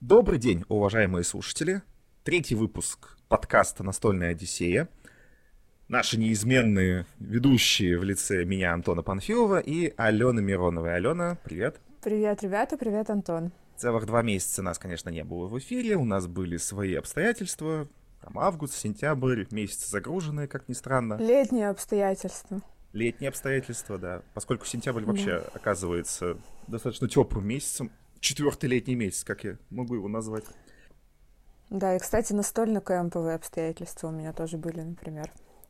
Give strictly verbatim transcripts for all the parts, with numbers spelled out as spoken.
Добрый день, уважаемые слушатели. Третий выпуск подкаста «Настольная Одиссея». Наши неизменные ведущие в лице меня, Антона Панфилова, и Алены Мироновой. Алена, привет. Привет, ребята, привет, Антон. Целых два месяца нас, конечно, не было в эфире, у нас были свои обстоятельства. Там август, сентябрь, месяцы загруженные, как ни странно. Летние обстоятельства. Летние обстоятельства, да. Поскольку сентябрь вообще да. оказывается достаточно теплым месяцем. Четвертый летний месяц, как я могу его назвать. Да, и, кстати, настольно-кэмповые обстоятельства у меня тоже были, например.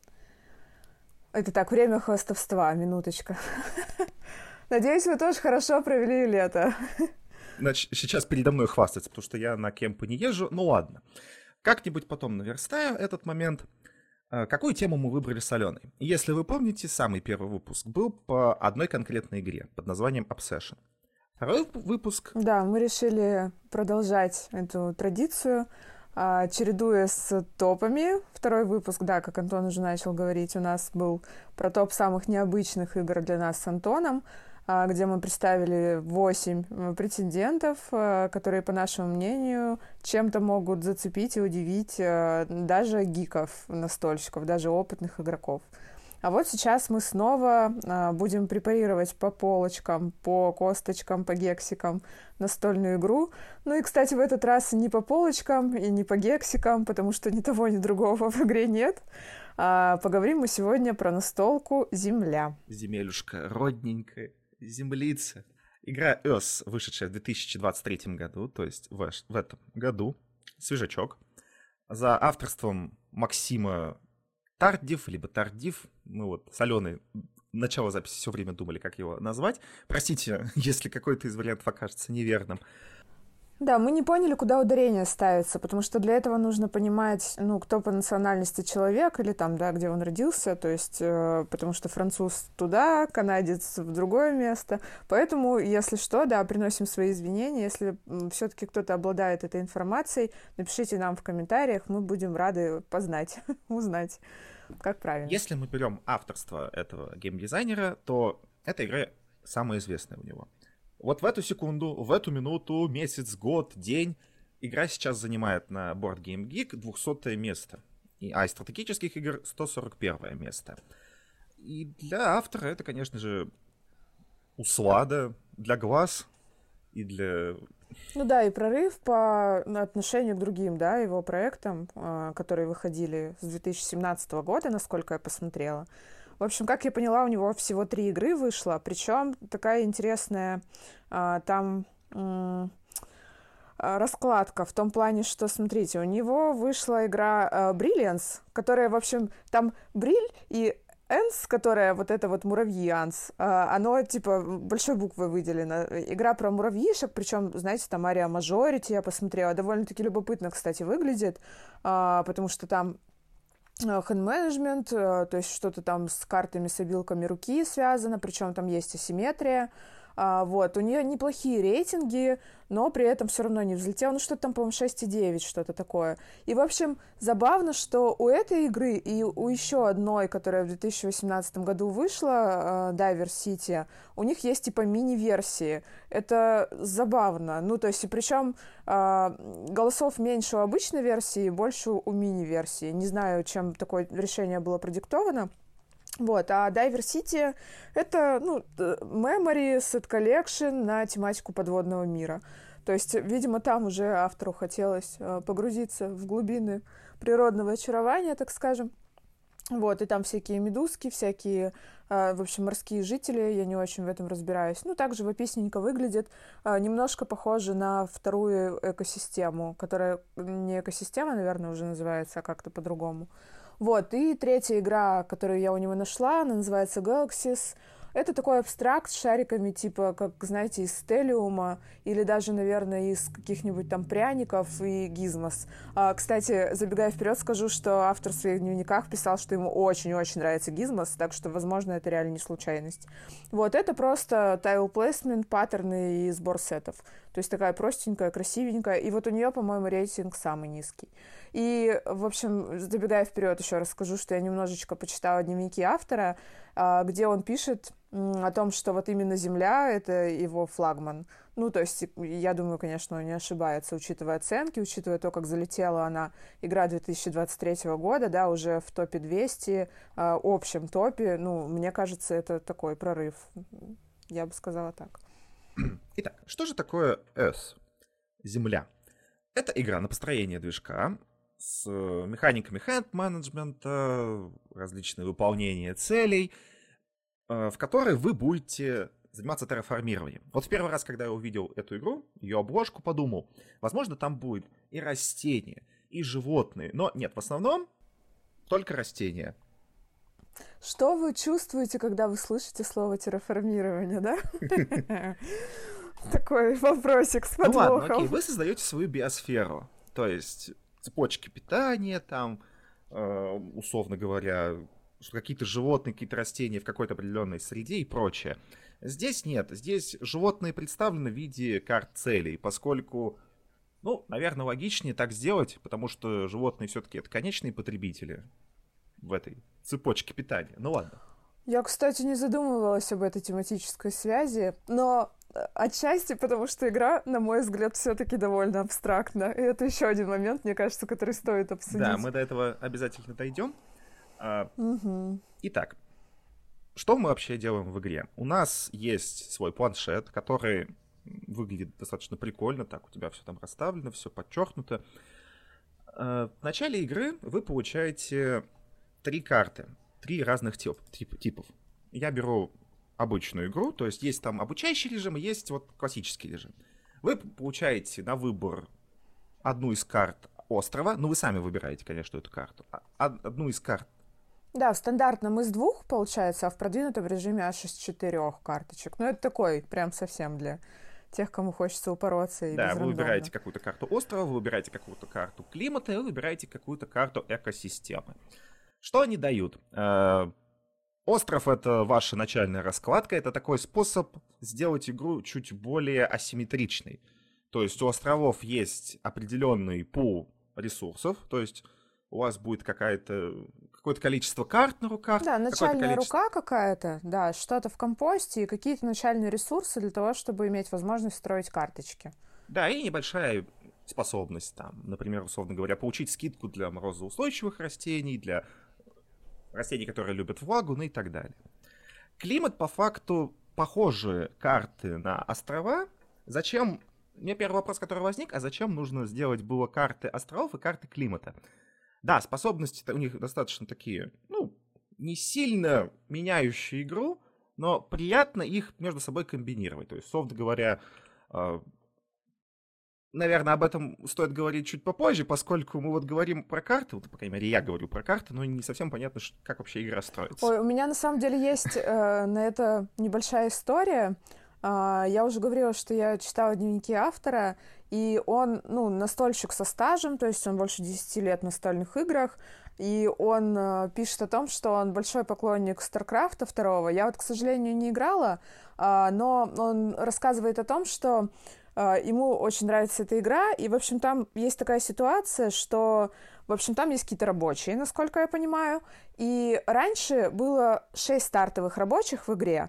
Это так, время хвастовства, минуточка. Надеюсь, вы тоже хорошо провели лето. Значит, сейчас передо мной хвастаться, потому что я на кемпы не езжу. Ну ладно. Как-нибудь потом наверстаю этот момент. Какую тему мы выбрали с Аленой? Если вы помните, самый первый выпуск был по одной конкретной игре под названием Obsession. Второй выпуск. Да, мы решили продолжать эту традицию, чередуя с топами. Второй выпуск, да, как Антон уже начал говорить, у нас был про топ самых необычных игр для нас с Антоном, где мы представили восемь претендентов, которые, по нашему мнению, чем-то могут зацепить и удивить даже гиков, настольщиков, даже опытных игроков. А вот сейчас мы снова а, будем препарировать по полочкам, по косточкам, по гексикам настольную игру. Ну и, кстати, в этот раз не по полочкам и не по гексикам, потому что ни того, ни другого в игре нет. А, поговорим мы сегодня про настолку «Земля». Земелюшка, родненькая, землица. Игра Earth, вышедшая в две тысячи двадцать третьем году, то есть в, в этом году, свежачок, за авторством Максима Тардив, либо Тардив. Мы вот с Аленой начало записи все время думали, как его назвать. Простите, если какой-то из вариантов окажется неверным. Да, мы не поняли, куда ударение ставится, потому что для этого нужно понимать, ну, кто по национальности человек или там, да, где он родился, то есть, э, потому что француз туда, канадец в другое место. Поэтому, если что, да, приносим свои извинения. Если все-таки кто-то обладает этой информацией, напишите нам в комментариях, мы будем рады познать, узнать, как правильно. Если мы берем авторство этого геймдизайнера, то эта игра самая известная у него. Вот в эту секунду, в эту минуту, месяц, год, день игра сейчас занимает на Board Game Geek двухсотое место, а из стратегических игр сто сорок первое место. И для автора это, конечно же, услада для глаз и для... Ну да, и прорыв по отношению к другим, да, его проектам, которые выходили с две тысячи семнадцатого года, насколько я посмотрела. В общем, как я поняла, у него всего три игры вышло, причем такая интересная а, там м- раскладка в том плане, что, смотрите, у него вышла игра а, Brilliance, которая, в общем, там Бриль и Энс, которая вот это вот муравьи Анс, а, оно типа большой буквой выделено. Игра про муравьишек, причем, знаете, там Ария Мажорити я посмотрела, довольно-таки любопытно, кстати, выглядит, а, потому что там хэнд-менеджмент, то есть что-то там с картами, с обилками руки связано, причем там есть асимметрия. А, вот, у нее неплохие рейтинги, но при этом все равно не взлетело. Ну, что-то там, по-моему, шесть и девять, что-то такое. И, в общем, забавно, что у этой игры и у еще одной, которая в две тысячи восемнадцатом году вышла, Diver City, у них есть, типа, мини-версии. Это забавно. Ну, то есть, и причем голосов меньше у обычной версии, больше у мини-версии. Не знаю, чем такое решение было продиктовано. Вот, а Diver City — это, ну, memory, set collection на тематику подводного мира. То есть, видимо, там уже автору хотелось погрузиться в глубины природного очарования, так скажем. Вот, и там всякие медузки, всякие, в общем, морские жители, я не очень в этом разбираюсь. Ну, так живописненько выглядит, немножко похоже на вторую экосистему, которая не экосистема, наверное, уже называется, а как-то по-другому. Вот, и третья игра, которую я у него нашла, она называется Galaxies. Это такой абстракт с шариками, типа, как, знаете, из стеллиума или даже, наверное, из каких-нибудь там пряников и гизмос. А, кстати, забегая вперед, скажу, что автор в своих дневниках писал, что ему очень-очень нравится гизмос, так что, возможно, это реально не случайность. Вот, это просто тайл-плейсмент, паттерны и сбор сетов. То есть такая простенькая, красивенькая. И вот у нее, по-моему, рейтинг самый низкий. И, в общем, забегая вперед, еще раз скажу, что я немножечко почитала дневники автора. где он пишет о том, что вот именно Земля — это его флагман. Ну, то есть, я думаю, конечно, он не ошибается, учитывая оценки, учитывая то, как залетела она, игра две тысячи двадцать третьего года, да, уже в топе двести, э, общем топе. Ну, мне кажется, это такой прорыв. Я бы сказала так. Итак, что же такое S? Земля. Это игра на построение движка с механиками хенд-менеджмента, различные выполнения целей, в которой вы будете заниматься терраформированием. Вот в первый раз, когда я увидел эту игру, ее обложку, подумал, возможно, там будет и растения, и животные, но нет, в основном только растения. Что вы чувствуете, когда вы слышите слово терраформирование, да? Такой вопросик с подвохом. Ну ладно, окей, вы создаете свою биосферу, то есть цепочки питания, там, условно говоря, что какие-то животные, какие-то растения в какой-то определенной среде и прочее. Здесь нет. Здесь животные представлены в виде карт целей, поскольку, ну, наверное, логичнее так сделать, потому что животные все-таки это конечные потребители в этой цепочке питания. Ну ладно. Я, кстати, не задумывалась об этой тематической связи, но отчасти потому, что игра, на мой взгляд, все-таки довольно абстрактна. И это еще один момент, мне кажется, который стоит обсудить. Да, мы до этого обязательно дойдем. Угу. Итак, что мы вообще делаем в игре? У нас есть свой планшет, который выглядит достаточно прикольно. Так, у тебя все там расставлено, все подчеркнуто. В начале игры вы получаете три карты, три разных тип, тип, типов. Я беру обычную игру, то есть есть там обучающий режим и есть вот классический режим. Вы получаете на выбор одну из карт острова, ну вы сами выбираете, конечно, эту карту, одну из карт. Да, в стандартном из двух, получается, а в продвинутом режиме аж из четырех карточек. Ну, это такой, прям совсем для тех, кому хочется упороться и да, без вы рандома. выбираете какую-то карту острова, вы выбираете какую-то карту климата, и вы выбираете какую-то карту экосистемы. Что они дают? Остров — это ваша начальная раскладка, это такой способ сделать игру чуть более асимметричной. То есть у островов есть определенный пул ресурсов, то есть у вас будет какая-то, какое-то количество карт на руках. Да, начальная количество... рука какая-то, да, что-то в компосте и какие-то начальные ресурсы для того, чтобы иметь возможность строить карточки. Да, и небольшая способность там, например, условно говоря, получить скидку для морозоустойчивых растений, для растений, которые любят влагу, ну и так далее. Климат, по факту, похожие карты на острова. Зачем... У меня первый вопрос, который возник, а зачем нужно сделать было карты островов и карты климата? Да, способности у них достаточно такие, ну, не сильно меняющие игру, но приятно их между собой комбинировать. То есть, условно говоря, э, наверное, об этом стоит говорить чуть попозже, поскольку мы вот говорим про карты, вот, по крайней мере, я говорю про карты, но не совсем понятно, как вообще игра строится. Ой, у меня на самом деле есть э, на это небольшая история. Uh, я уже говорила, что я читала дневники автора, и он, ну, настольщик со стажем, то есть он больше десяти лет в настольных играх, и он uh, пишет о том, что он большой поклонник Старкрафта второго. Я вот, к сожалению, не играла, uh, но он рассказывает о том, что uh, ему очень нравится эта игра, и, в общем, там есть такая ситуация, что, в общем, там есть какие-то рабочие, насколько я понимаю, и раньше было шесть стартовых рабочих в игре,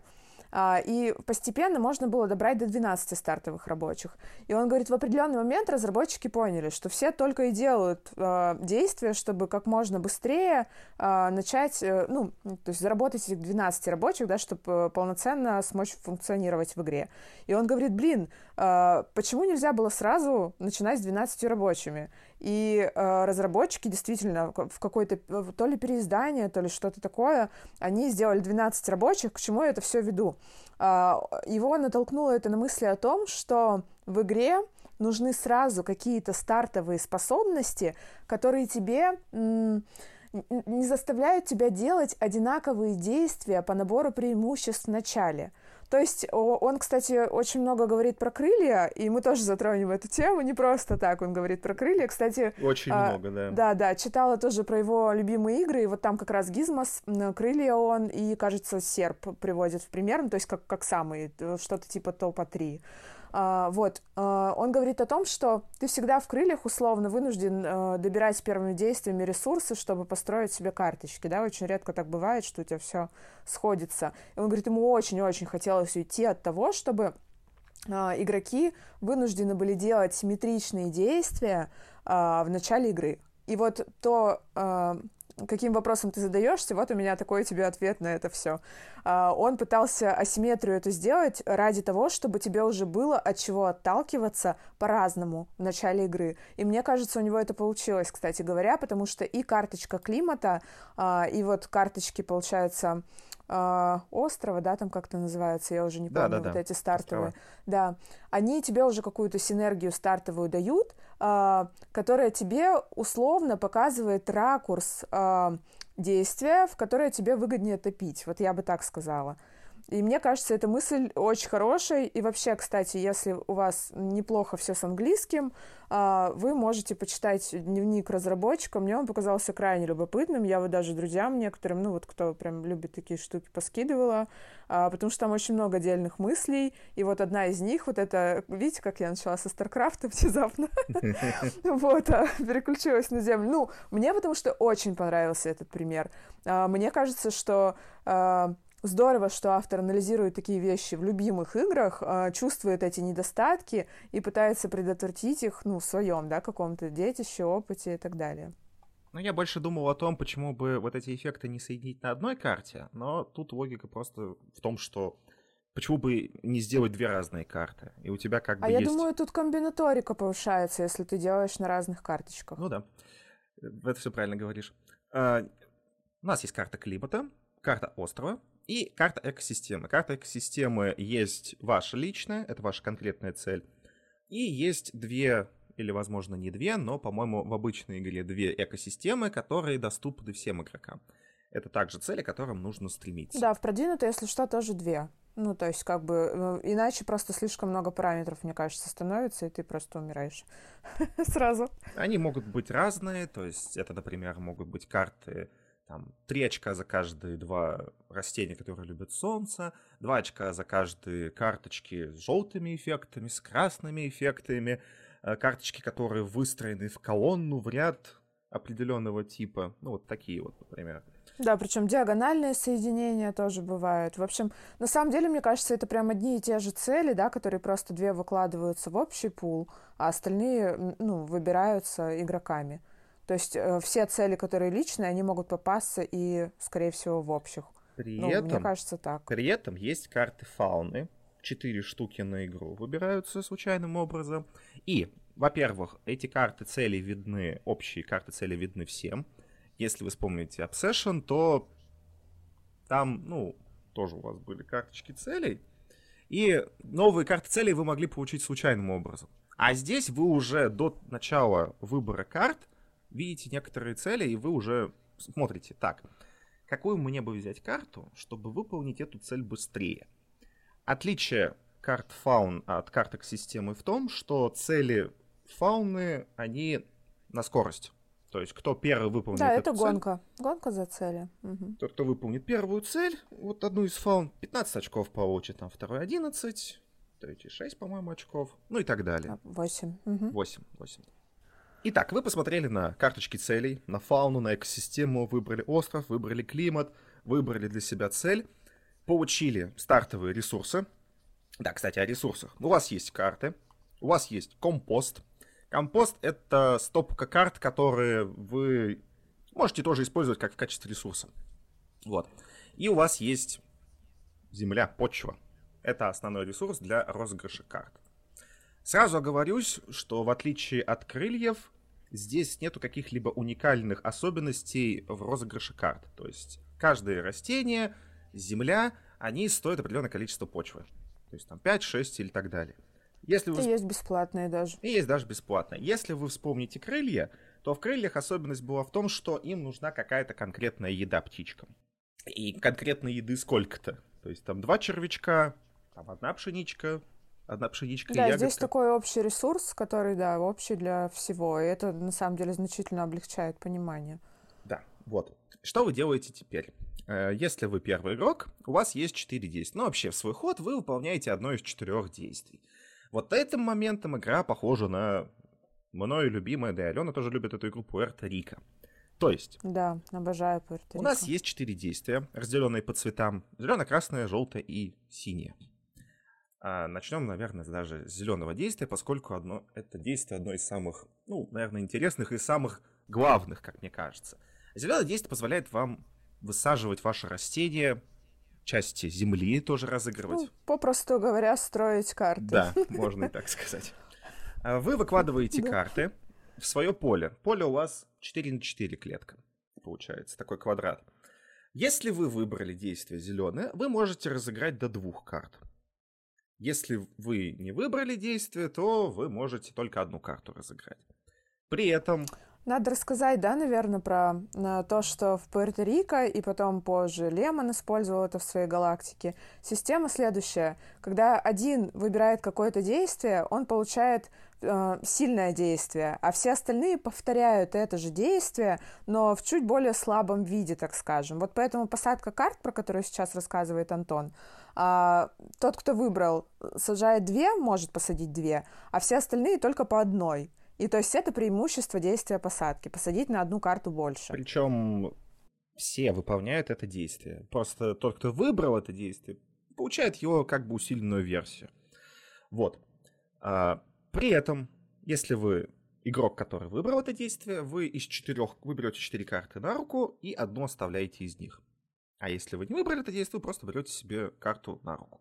и постепенно можно было добрать до двенадцати стартовых рабочих. И он говорит, в определенный момент разработчики поняли, что все только и делают э, действия, чтобы как можно быстрее э, начать, э, ну, то есть заработать этих двенадцать рабочих, да, чтобы э, полноценно смочь функционировать в игре. И он говорит, блин, э, почему нельзя было сразу начинать с двенадцатью рабочими? И э, разработчики действительно в какое-то то ли переиздание, то ли что-то такое, они сделали двенадцать рабочих. К чему я это все веду? Э, его натолкнуло это на мысли о том, что в игре нужны сразу какие-то стартовые способности, которые тебе м- не заставляют тебя делать одинаковые действия по набору преимуществ в начале. То есть он, кстати, очень много говорит про крылья, и мы тоже затронем эту тему, не просто так он говорит про крылья. Кстати, очень а, много, да. Да, да, читала тоже про его любимые игры, и вот там как раз Гизмос, крылья он, и, кажется, серп приводит в пример, ну, то есть как, как самый, что-то типа топа три. А, вот, а, он говорит о том, что ты всегда в крыльях условно вынужден а, добирать первыми действиями ресурсы, чтобы построить себе карточки, да, очень редко так бывает, что у тебя все сходится. И он говорит, ему очень-очень хотелось уйти от того, чтобы а, игроки вынуждены были делать симметричные действия а, в начале игры. И вот то... А, каким вопросом ты задаешься, вот у меня такой тебе ответ на это все. Он пытался асимметрию эту сделать ради того, чтобы тебе уже было от чего отталкиваться по-разному в начале игры. И мне кажется, у него это получилось, кстати говоря, потому что и карточка климата, и вот карточки, получается, острова, да, там как-то называется, я уже не помню, да, да, вот да. эти стартовые. Острова. Да, они тебе уже какую-то синергию стартовую дают, которая тебе условно показывает ракурс действия, в которое тебе выгоднее топить. Вот я бы так сказала. И мне кажется, эта мысль очень хорошая. И вообще, кстати, если у вас неплохо все с английским, вы можете почитать дневник разработчика. Мне он показался крайне любопытным. Я вот даже друзьям некоторым, ну вот кто прям любит такие штуки, поскидывала, потому что там очень много отдельных мыслей. И вот одна из них, вот это, видите, как я начала со Старкрафта внезапно, вот, переключилась на землю. Ну, мне потому что очень понравился этот пример. Мне кажется, что здорово, что автор анализирует такие вещи в любимых играх, чувствует эти недостатки и пытается предотвратить их, ну, в своем, да, каком-то детище, опыте и так далее. Ну, я больше думал о том, почему бы вот эти эффекты не соединить на одной карте, но тут логика просто в том, что почему бы не сделать две разные карты, и у тебя как бы а есть... А я думаю, тут комбинаторика повышается, если ты делаешь на разных карточках. Ну да, это все правильно говоришь. А, у нас есть карта климата, карта острова, и карта экосистемы. Карта экосистемы есть ваша личная, это ваша конкретная цель. И есть две, или, возможно, не две, но, по-моему, в обычной игре две экосистемы, которые доступны всем игрокам. Это также цели, к которым нужно стремиться. Да, в продвинутой, если что, тоже две. Ну, то есть, как бы, иначе просто слишком много параметров, мне кажется, становится, и ты просто умираешь сразу. Они могут быть разные, то есть это, например, могут быть карты... Там три очка за каждые два растения, которые любят солнце, два очка за каждые карточки с желтыми эффектами, с красными эффектами, карточки, которые выстроены в колонну, в ряд определенного типа. Ну, вот такие вот, например. Да, причем диагональные соединения тоже бывают. В общем, на самом деле, мне кажется, это прям одни и те же цели, да, которые просто две выкладываются в общий пул, а остальные, ну, выбираются игроками. То есть э, все цели, которые личные, они могут попасться и, скорее всего, в общих. При ну, этом, мне кажется, так. При этом есть карты фауны. Четыре штуки на игру выбираются случайным образом. И, во-первых, эти карты целей видны, общие карты целей видны всем. Если вы вспомните Obsession, то там, ну, тоже у вас были карточки целей. И новые карты целей вы могли получить случайным образом. А здесь вы уже до начала выбора карт видите некоторые цели, и вы уже смотрите, так, какую мне бы взять карту, чтобы выполнить эту цель быстрее. Отличие карт фаун от карток системы в том, что цели фауны, они на скорость. То есть, кто первый выполнит да, эту это цель... гонка. Гонка за цели. Угу. Тот, кто выполнит первую цель, вот одну из фаун, пятнадцать очков получит, там второй одиннадцать, третий шесть, по-моему, очков, ну и так далее. восемь. Угу. восемь, восемь. Итак, вы посмотрели на карточки целей, на фауну, на экосистему, выбрали остров, выбрали климат, выбрали для себя цель, получили стартовые ресурсы. Да, кстати, о ресурсах. У вас есть карты, у вас есть компост. Компост — это стопка карт, которые вы можете тоже использовать как в качестве ресурса. Вот. И у вас есть земля, почва. Это основной ресурс для розыгрыша карт. Сразу оговорюсь, что в отличие от крыльев, здесь нету каких-либо уникальных особенностей в розыгрыше карт. То есть каждое растение, земля, они стоят определенное количество почвы. То есть там пять, шесть или так далее. Если вы... И есть бесплатные даже. И есть даже бесплатные. Если вы вспомните крылья, то в крыльях особенность была в том, что им нужна какая-то конкретная еда птичкам. И конкретной еды сколько-то. То есть там два червячка, там одна пшеничка, одна пшеничка да, и ягодка. Да, здесь такой общий ресурс, который, да, общий для всего. И это, на самом деле, значительно облегчает понимание. Да, вот. Что вы делаете теперь? Если вы первый игрок, у вас есть четыре действия. Ну, вообще, в свой ход вы выполняете одно из четырех действий. Вот этим моментом игра похожа на мною любимая, да и Алена тоже любит эту игру, Пуэрто-Рико. То есть... Да, обожаю Пуэрто-Рико. У нас есть четыре действия, разделенные по цветам. Зеленое, красное, желтое и синее. А начнем, наверное, даже с зеленого действия, поскольку одно, это действие одно из самых, ну, наверное, интересных и самых главных, как мне кажется. Зеленое действие позволяет вам высаживать ваши растения, части земли тоже разыгрывать. Ну, попросту говоря, строить карты. Да, можно и так сказать. Вы выкладываете карты в свое поле. Поле у вас четыре на четыре клетка, получается, такой квадрат. Если вы выбрали действие зеленое, вы можете разыграть до двух карт. Если вы не выбрали действие, то вы можете только одну карту разыграть. При этом... Надо рассказать, да, наверное, про то, что в Пуэрто-Рико и потом позже Лемон использовал это в своей галактике. Система следующая. Когда один выбирает какое-то действие, он получает э, сильное действие, а все остальные повторяют это же действие, но в чуть более слабом виде, так скажем. Вот поэтому посадка карт, про которую сейчас рассказывает Антон, э, тот, кто выбрал, сажает две, может посадить две, а все остальные только по одной. И то есть это преимущество действия посадки. Посадить на одну карту больше. Причем все выполняют это действие. Просто тот, кто выбрал это действие, получает его как бы усиленную версию. Вот. А, при этом, если вы игрок, который выбрал это действие, вы из четырех выберете четыре карты на руку и одну оставляете из них. А если вы не выбрали это действие, вы просто берете себе карту на руку.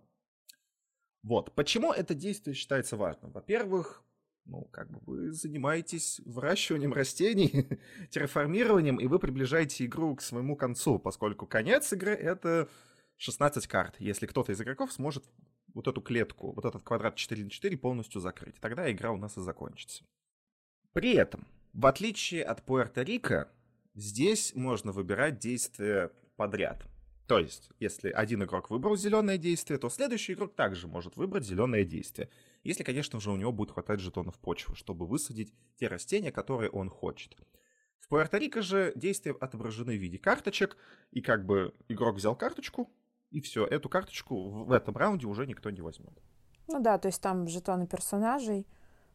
Вот. Почему это действие считается важным? Во-первых, ну, как бы вы занимаетесь выращиванием растений, терраформированием, и вы приближаете игру к своему концу, поскольку конец игры — это шестнадцать карт. Если кто-то из игроков сможет вот эту клетку, вот этот квадрат четыре на четыре полностью закрыть, тогда игра у нас и закончится. При этом, в отличие от Пуэрто-Рико, здесь можно выбирать действия подряд. То есть, если один игрок выбрал зеленое действие, то следующий игрок также может выбрать зеленое действие. Если, конечно же, у него будет хватать жетонов почвы, чтобы высадить те растения, которые он хочет. В Пуэрто-Рико же действия отображены в виде карточек, и как бы игрок взял карточку, и все, эту карточку в этом раунде уже никто не возьмет. Ну да, то есть там жетоны персонажей,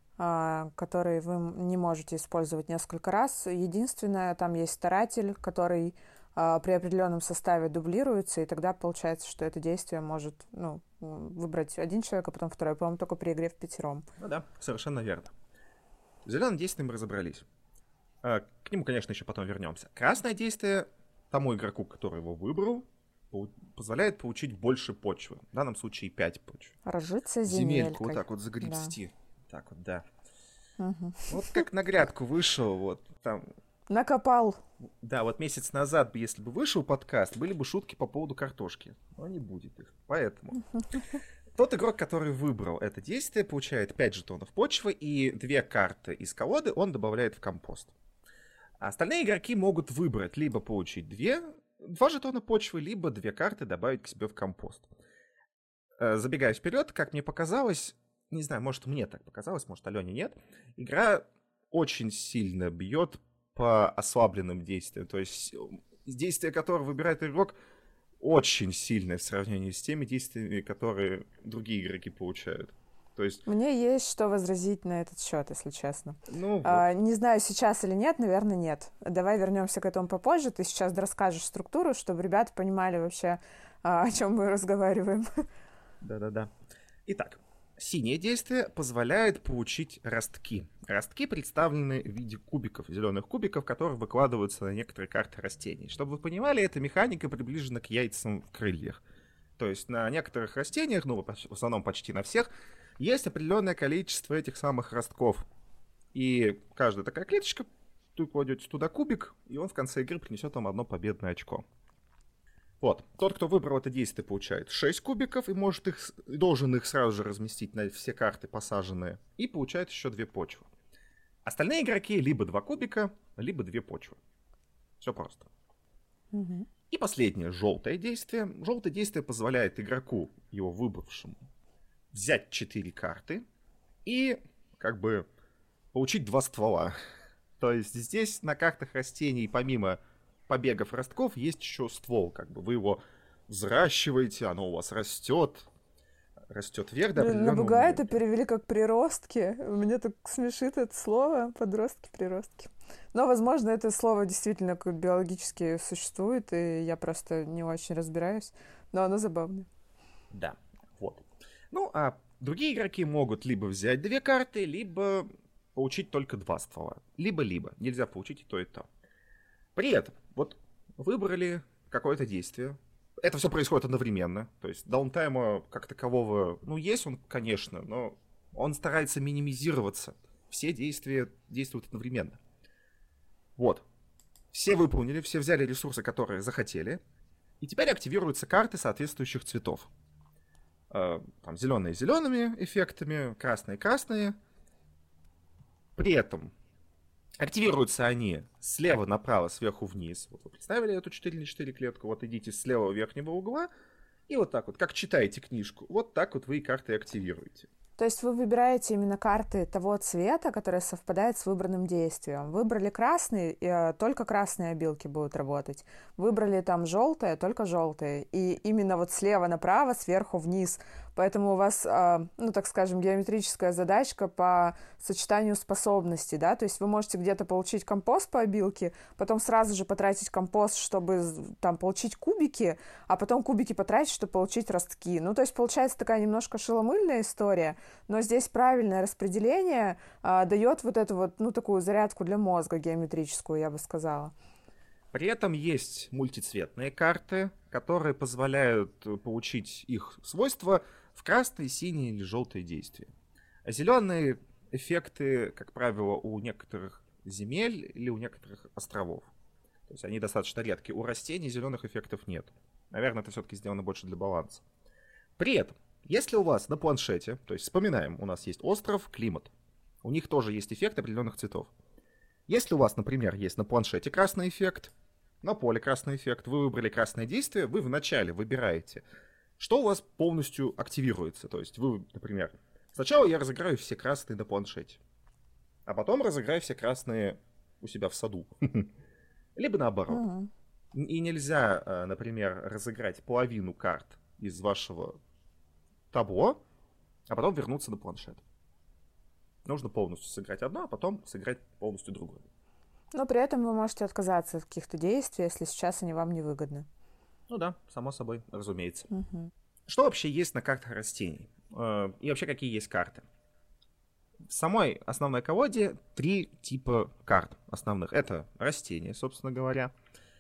которые вы не можете использовать несколько раз. Единственное, там есть старатель, который при определенном составе дублируется, и тогда получается, что это действие может, ну, выбрать один человек, а потом второй, по-моему, только при игре в пятером. Ну да, совершенно верно. Зеленым действием мы разобрались. К нему, конечно, еще потом вернемся. Красное действие тому игроку, который его выбрал, позволяет получить больше почвы. В данном случае пять почв. Разжиться земелькой. Земельку вот так вот загребсти. Да. Так вот, да. Угу. Вот как на грядку вышел, вот там... Накопал. Да, вот месяц назад, если бы вышел подкаст, были бы шутки по поводу картошки. Но не будет их. Поэтому тот игрок, который выбрал это действие, получает пять жетонов почвы, и две карты из колоды он добавляет в компост. А остальные игроки могут выбрать либо получить две, два жетона почвы, либо две карты добавить к себе в компост. Забегая вперед, как мне показалось, не знаю, может мне так показалось, может Алене нет, игра очень сильно бьет по ослабленным действиям. То есть действия, которые выбирает игрок, очень сильное в сравнении с теми действиями, которые другие игроки получают. То есть... Мне есть что возразить на этот счет, если честно. Ну, а, вот. Не знаю, сейчас или нет, наверное, нет. Давай вернемся к этому попозже. Ты сейчас расскажешь структуру, чтобы ребята понимали вообще, а, о чем мы разговариваем. Да-да-да. Итак, синее действие позволяет получить ростки. Ростки представлены в виде кубиков, зеленых кубиков, которые выкладываются на некоторые карты растений. Чтобы вы понимали, эта механика приближена к яйцам в крыльях. То есть на некоторых растениях, ну, в основном почти на всех, есть определенное количество этих самых ростков. И каждая такая клеточка, вы кладете туда кубик, и он в конце игры принесет вам одно победное очко. Вот. Тот, кто выбрал это действие, получает шесть кубиков и может их, должен их сразу же разместить на все карты посаженные, и получает еще две почвы. Остальные игроки либо два кубика, либо две почвы. Все просто. Угу. И последнее, желтое действие. Желтое действие позволяет игроку, его выбравшему, взять четыре карты и как бы получить два ствола. То есть здесь на картах растений помимо побегов ростков есть еще ствол, как бы вы его взращиваете, оно у вас растет. растет вверх до На определенного буга это момента. перевели как приростки. Мне так смешит это слово. Подростки, приростки. Но, возможно, это слово действительно как биологически существует, и я просто не очень разбираюсь. Но оно забавное. Да, вот. Ну, а другие игроки могут либо взять две карты, либо получить только два ствола. Либо-либо. Нельзя получить и то, и то. При этом, вот выбрали какое-то действие. Это все происходит одновременно. То есть даунтайма как такового, ну, есть он, конечно, но он старается минимизироваться. Все действия действуют одновременно. Вот. Все выполнили, все взяли ресурсы, которые захотели. И теперь активируются карты соответствующих цветов. Э, там зеленые зелеными эффектами, красные красные. При этом активируются они слева направо, сверху вниз. Вот вы представили эту четыре на четыре клетку. Вот идите с левого верхнего угла. И вот так вот, как читаете книжку. Вот так вот вы и карты активируете. То есть вы выбираете именно карты того цвета, которые совпадают с выбранным действием. Выбрали красный, и только красные обилки будут работать. Выбрали там желтое, только желтые. И именно вот слева направо, сверху вниз. Поэтому у вас, ну, так скажем, геометрическая задачка по сочетанию способностей, да, то есть вы можете где-то получить компост по обилке, потом сразу же потратить компост, чтобы там получить кубики, а потом кубики потратить, чтобы получить ростки. Ну, то есть получается такая немножко шеломыльная история, но здесь правильное распределение а, дает вот эту вот, ну, такую зарядку для мозга геометрическую, я бы сказала. При этом есть мультицветные карты, которые позволяют получить их свойства в красные, синие или желтые действия. А зеленые эффекты, как правило, у некоторых земель или у некоторых островов. То есть они достаточно редкие. У растений зеленых эффектов нет. Наверное, это все-таки сделано больше для баланса. При этом, если у вас на планшете, то есть вспоминаем, у нас есть остров, климат. У них тоже есть эффект определенных цветов. Если у вас, например, есть на планшете красный эффект, на поле красный эффект, вы выбрали красное действие, вы вначале выбираете, что у вас полностью активируется. То есть вы, например, сначала я разыграю все красные на планшете, а потом разыграю все красные у себя в саду. Либо наоборот. Uh-huh. И нельзя, например, разыграть половину карт из вашего табло, а потом вернуться на планшет. Нужно полностью сыграть одно, а потом сыграть полностью другое. Но при этом вы можете отказаться от каких-то действий, если сейчас они вам не выгодны. Ну да, само собой, разумеется. Угу. Что вообще есть на картах растений? И вообще какие есть карты? В самой основной колоде три типа карт основных. Это растения, собственно говоря.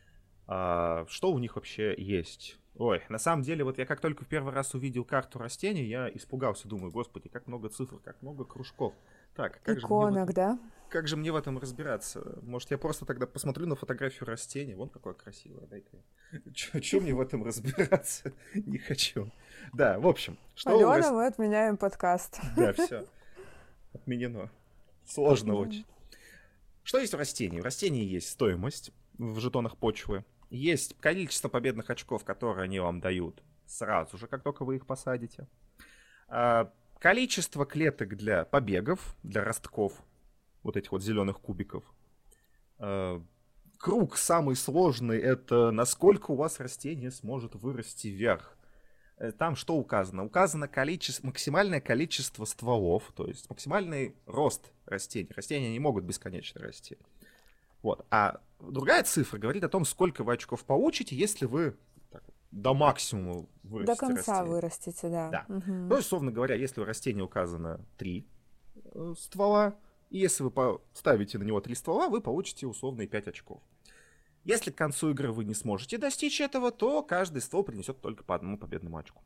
Что у них вообще есть? Ой, на самом деле, вот я как только в первый раз увидел карту растений, я испугался, думаю, господи, как много цифр, как много кружков. Так, как Иконок, же да? Как же мне в этом разбираться? Может, я просто тогда посмотрю на фотографию растения? Вон какое красивое, дай-ка. Чё мне в этом разбираться? Не хочу. Да, в общем. Что Алена, раст... мы отменяем подкаст. Да, все. Отменено. Сложно очень. Что есть у растений? У растений есть стоимость в жетонах почвы. Есть количество победных очков, которые они вам дают сразу же, как только вы их посадите. Количество клеток для побегов, для ростков, вот этих вот зеленых кубиков. Круг самый сложный — это насколько у вас растение сможет вырасти вверх. Там что указано? Указано количество, максимальное количество стволов, то есть максимальный рост растений. Растения не могут бесконечно расти. Вот. А другая цифра говорит о том, сколько вы очков получите, если вы так, до максимума вырастите. До конца растение. вырастите, да. Да. Угу. Ну, условно говоря, если у растения указано три э, ствола, и если вы ставите на него три ствола, вы получите условные пять очков. Если к концу игры вы не сможете достичь этого, то каждый ствол принесет только по одному победному очку.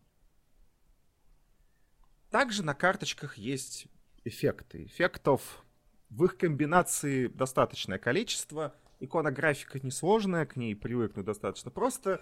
Также на карточках есть эффекты. Эффектов в их комбинации достаточное количество. Иконографика несложная, к ней привыкнуть достаточно просто.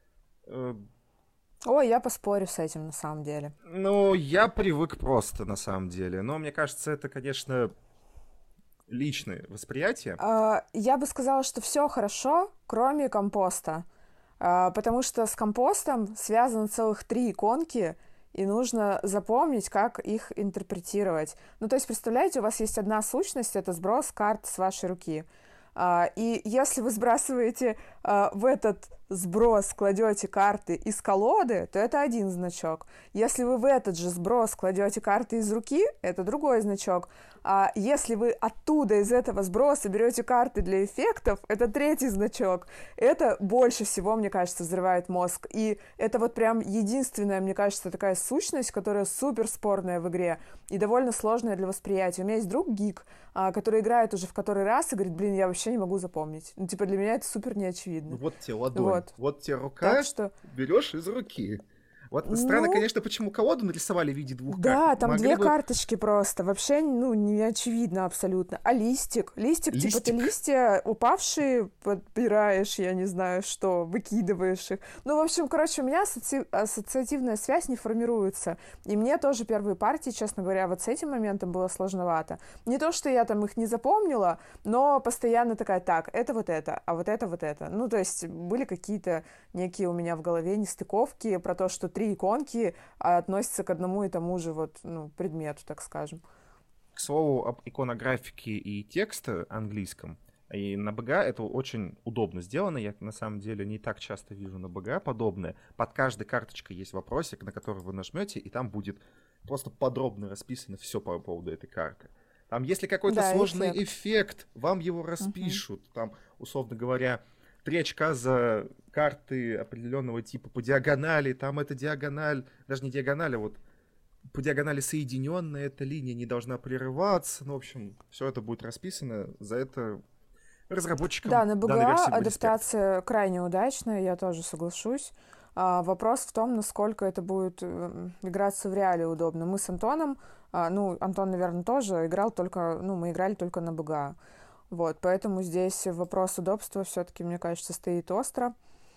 Ой, я поспорю с этим на самом деле. Ну, я привык просто на самом деле. Но мне кажется, это, конечно, личное восприятие. А, я бы сказала, что все хорошо, кроме компоста. А, потому что с компостом связано целых три иконки, и нужно запомнить, как их интерпретировать. Ну, то есть, представляете, у вас есть одна сущность, это сброс карт с вашей руки. Uh, и если вы сбрасываете uh, в этот сброс кладете карты из колоды, то это один значок. Если вы в этот же сброс кладете карты из руки, это другой значок. А если вы оттуда, из этого сброса, берете карты для эффектов, это третий значок. Это больше всего, мне кажется, взрывает мозг. И это вот прям единственная, мне кажется, такая сущность, которая супер спорная в игре и довольно сложная для восприятия. У меня есть друг гик, который играет уже в который раз и говорит, блин, я вообще не могу запомнить. Ну, типа, для меня это супер неочевидно. Вот тебе ладонь, вот, вот тебе рука, что... берешь из руки. Вот странно, ну, конечно, почему колоду нарисовали в виде двух да, карт. Да, там Могли две бы... карточки просто. Вообще, ну, не очевидно абсолютно. А листик? Листик, листик. типа, ты листья упавшие подбираешь, я не знаю что, выкидываешь их. Ну, в общем, короче, у меня асоци... ассоциативная связь не формируется. И мне тоже первые партии, честно говоря, вот с этим моментом было сложновато. Не то, что я там их не запомнила, но постоянно такая, так, это вот это, а вот это вот это. Ну, то есть были какие-то некие у меня в голове нестыковки про то, что три иконки относятся к одному и тому же вот, ну, предмету, так скажем. К слову об иконографике и тексте английском, и на БГ это очень удобно сделано. Я на самом деле не так часто вижу на БГ подобное. Под каждой карточкой есть вопросик, на который вы нажмете, и там будет просто подробно расписано все по поводу этой карты. Там, если какой-то да, сложный эффект. эффект, вам его распишут. Uh-huh. Там, условно говоря, три очка за карты определенного типа по диагонали, там эта диагональ, даже не диагональ, а вот по диагонали соединенная эта линия не должна прерываться. Ну, в общем, все это будет расписано, за это разработчикам. Да, на БГА адаптация респект. Крайне удачная, я тоже соглашусь. А, вопрос в том, насколько это будет играться в реале удобно. Мы с Антоном, а, ну, Антон, наверное, тоже играл только, ну, мы играли только на БГА. Вот, поэтому здесь вопрос удобства все-таки, мне кажется, стоит остро.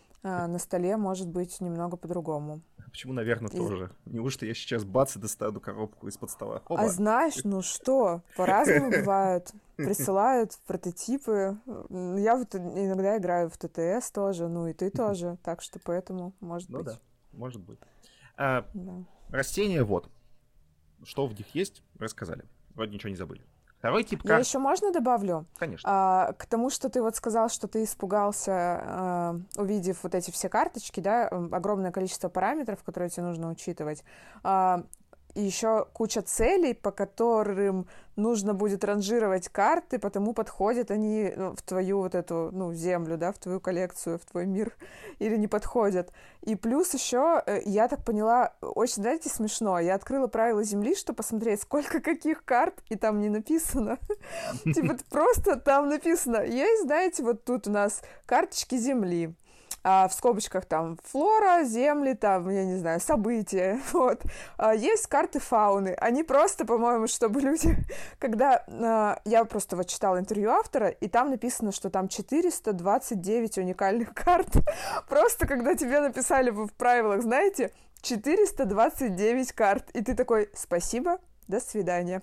А на столе может быть немного по-другому. Почему, наверное, и... тоже? Неужто я сейчас бац и достану коробку из-под стола? Оба. А знаешь, ну что, по-разному бывает. Присылают прототипы. Я вот иногда играю в ТТС тоже, ну и ты тоже. Так что поэтому может ну быть. Ну да, может быть. А, да. Растения вот. Что в них есть, рассказали. Вроде ничего не забыли. Второй тип карт... Я еще можно добавлю? Конечно. А, к тому, что ты вот сказал, что ты испугался, а, увидев вот эти все карточки, да, огромное количество параметров, которые тебе нужно учитывать. А, и еще куча целей, по которым нужно будет ранжировать карты, потому подходят они в твою вот эту, ну, землю, да, в твою коллекцию, в твой мир, или не подходят. И плюс еще, я так поняла, очень, знаете, смешно, я открыла правила земли, чтобы посмотреть, сколько каких карт, и там не написано. Типа просто там написано, есть, знаете, вот тут у нас карточки земли. А в скобочках там флора, земли, там, я не знаю, события, вот. А есть карты фауны, они просто, по-моему, чтобы люди, когда а, я просто вот читала интервью автора, и там написано, что там четыреста двадцать девять уникальных карт, просто когда тебе написали в правилах, знаете, четыреста двадцать девять карт, и ты такой, спасибо, до свидания.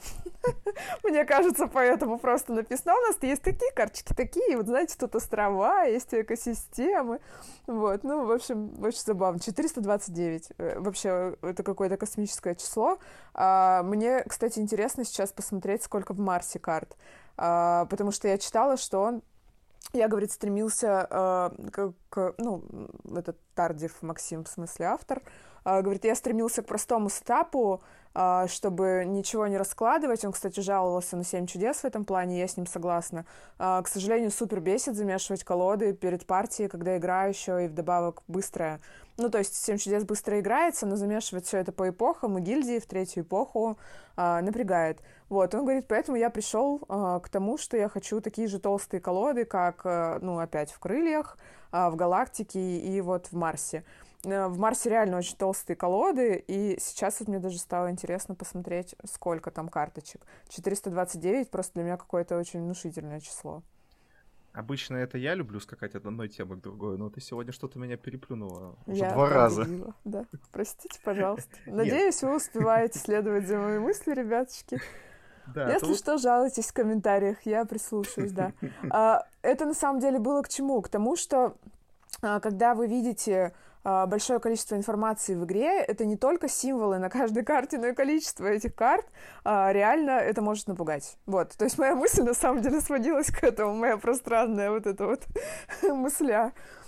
Мне кажется, поэтому просто написано, у нас есть такие карточки, такие, вот знаете, тут острова, есть экосистемы, вот, ну, в общем, очень забавно. четыреста двадцать девять, вообще, это какое-то космическое число. А, мне, кстати, интересно сейчас посмотреть, сколько в Марсе карт, а, потому что я читала, что он, я, говорит, стремился э, к, к, ну, этот Тардив Максим, в смысле автор, э, говорит, я стремился к простому сетапу, э, чтобы ничего не раскладывать. Он, кстати, жаловался на семь чудес в этом плане, я с ним согласна. Э, к сожалению, супер бесит замешивать колоды перед партией, когда игра еще и вдобавок быстрая. Ну, то есть семь чудес быстро играется, но замешивать все это по эпохам, и гильдии в третью эпоху а, напрягает. Вот, он говорит, поэтому я пришел а, к тому, что я хочу такие же толстые колоды, как, а, ну, опять в Крыльях, а, в Галактике и вот в Марсе. А, в Марсе реально очень толстые колоды, и сейчас вот мне даже стало интересно посмотреть, сколько там карточек. четыреста двадцать девять просто для меня какое-то очень внушительное число. Обычно это я люблю скакать от одной темы к другой, но ты сегодня что-то меня переплюнула уже я два раза. Да, простите, пожалуйста. Надеюсь, вы успеваете следовать за моими мыслями, ребятушки. Да, Если тут... что, жалуйтесь в комментариях, я прислушаюсь, да. а, это на самом деле было к чему? К тому, что а, когда вы видите а, большое количество информации в игре, это не только символы на каждой карте, но и количество этих карт, а, реально это может напугать. Вот, то есть моя мысль на самом деле сводилась к этому, моя пространная вот эта вот мысля.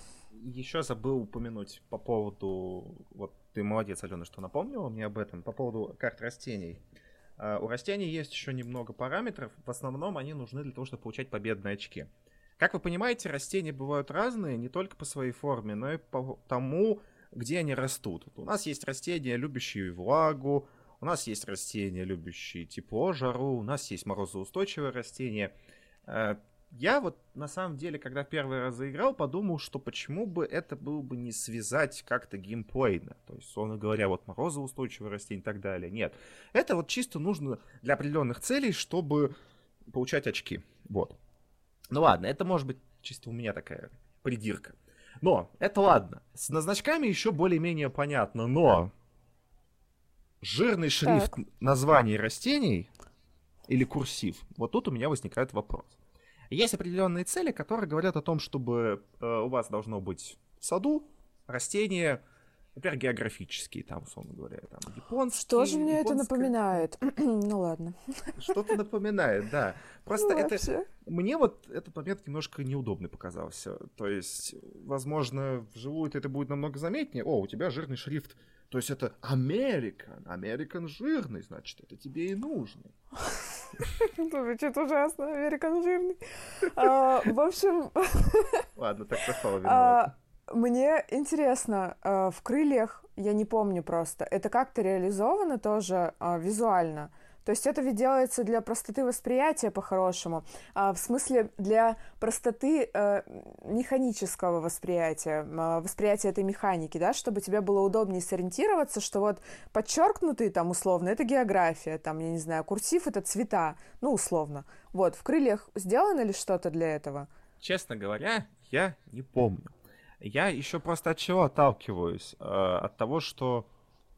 еще забыл упомянуть по поводу... Вот ты молодец, Алена, что напомнила мне об этом. По поводу карт растений. Uh, у растений есть еще немного параметров. В основном они нужны для того, чтобы получать победные очки. Как вы понимаете, растения бывают разные не только по своей форме, но и по тому, где они растут. У нас есть растения, любящие влагу, у нас есть растения, любящие тепло, жару, у нас есть морозоустойчивые растения. Uh, Я вот на самом деле, когда первый раз заиграл, подумал, что почему бы это было бы не связать как-то геймплейно. То есть, условно говоря, вот морозоустойчивые растения и так далее. Нет. Это вот чисто нужно для определенных целей, чтобы получать очки. Вот. Ну ладно, это может быть чисто у меня такая придирка. Но, это ладно. С значками еще более-менее понятно, но жирный шрифт так. названий растений или курсив, вот тут у меня возникает вопрос. Есть определенные цели, которые говорят о том, чтобы э, у вас должно быть в саду растения, например, географические, там, условно говоря, там, японские. Что же мне японское... это напоминает? Ну ладно. Что-то напоминает, да. Просто ну, это... Вообще. Мне вот этот момент немножко неудобный показался. То есть, возможно, вживую это будет намного заметнее. О, у тебя жирный шрифт. То есть это American. American жирный, значит, это тебе и нужно. Звучит ужасно, Американ жирный. А, в общем... Ладно, так совпало, виновата. Мне интересно, в крыльях, я не помню просто, это как-то реализовано тоже визуально? То есть это ведь делается для простоты восприятия по-хорошему, а в смысле для простоты э, механического восприятия, э, восприятия этой механики, да, чтобы тебе было удобнее сориентироваться, что вот подчеркнутые там условно это география, там, я не знаю, курсив это цвета, ну условно. Вот, в крыльях сделано ли что-то для этого? Честно говоря, я не помню. Я еще просто от чего отталкиваюсь? Э, от того, что,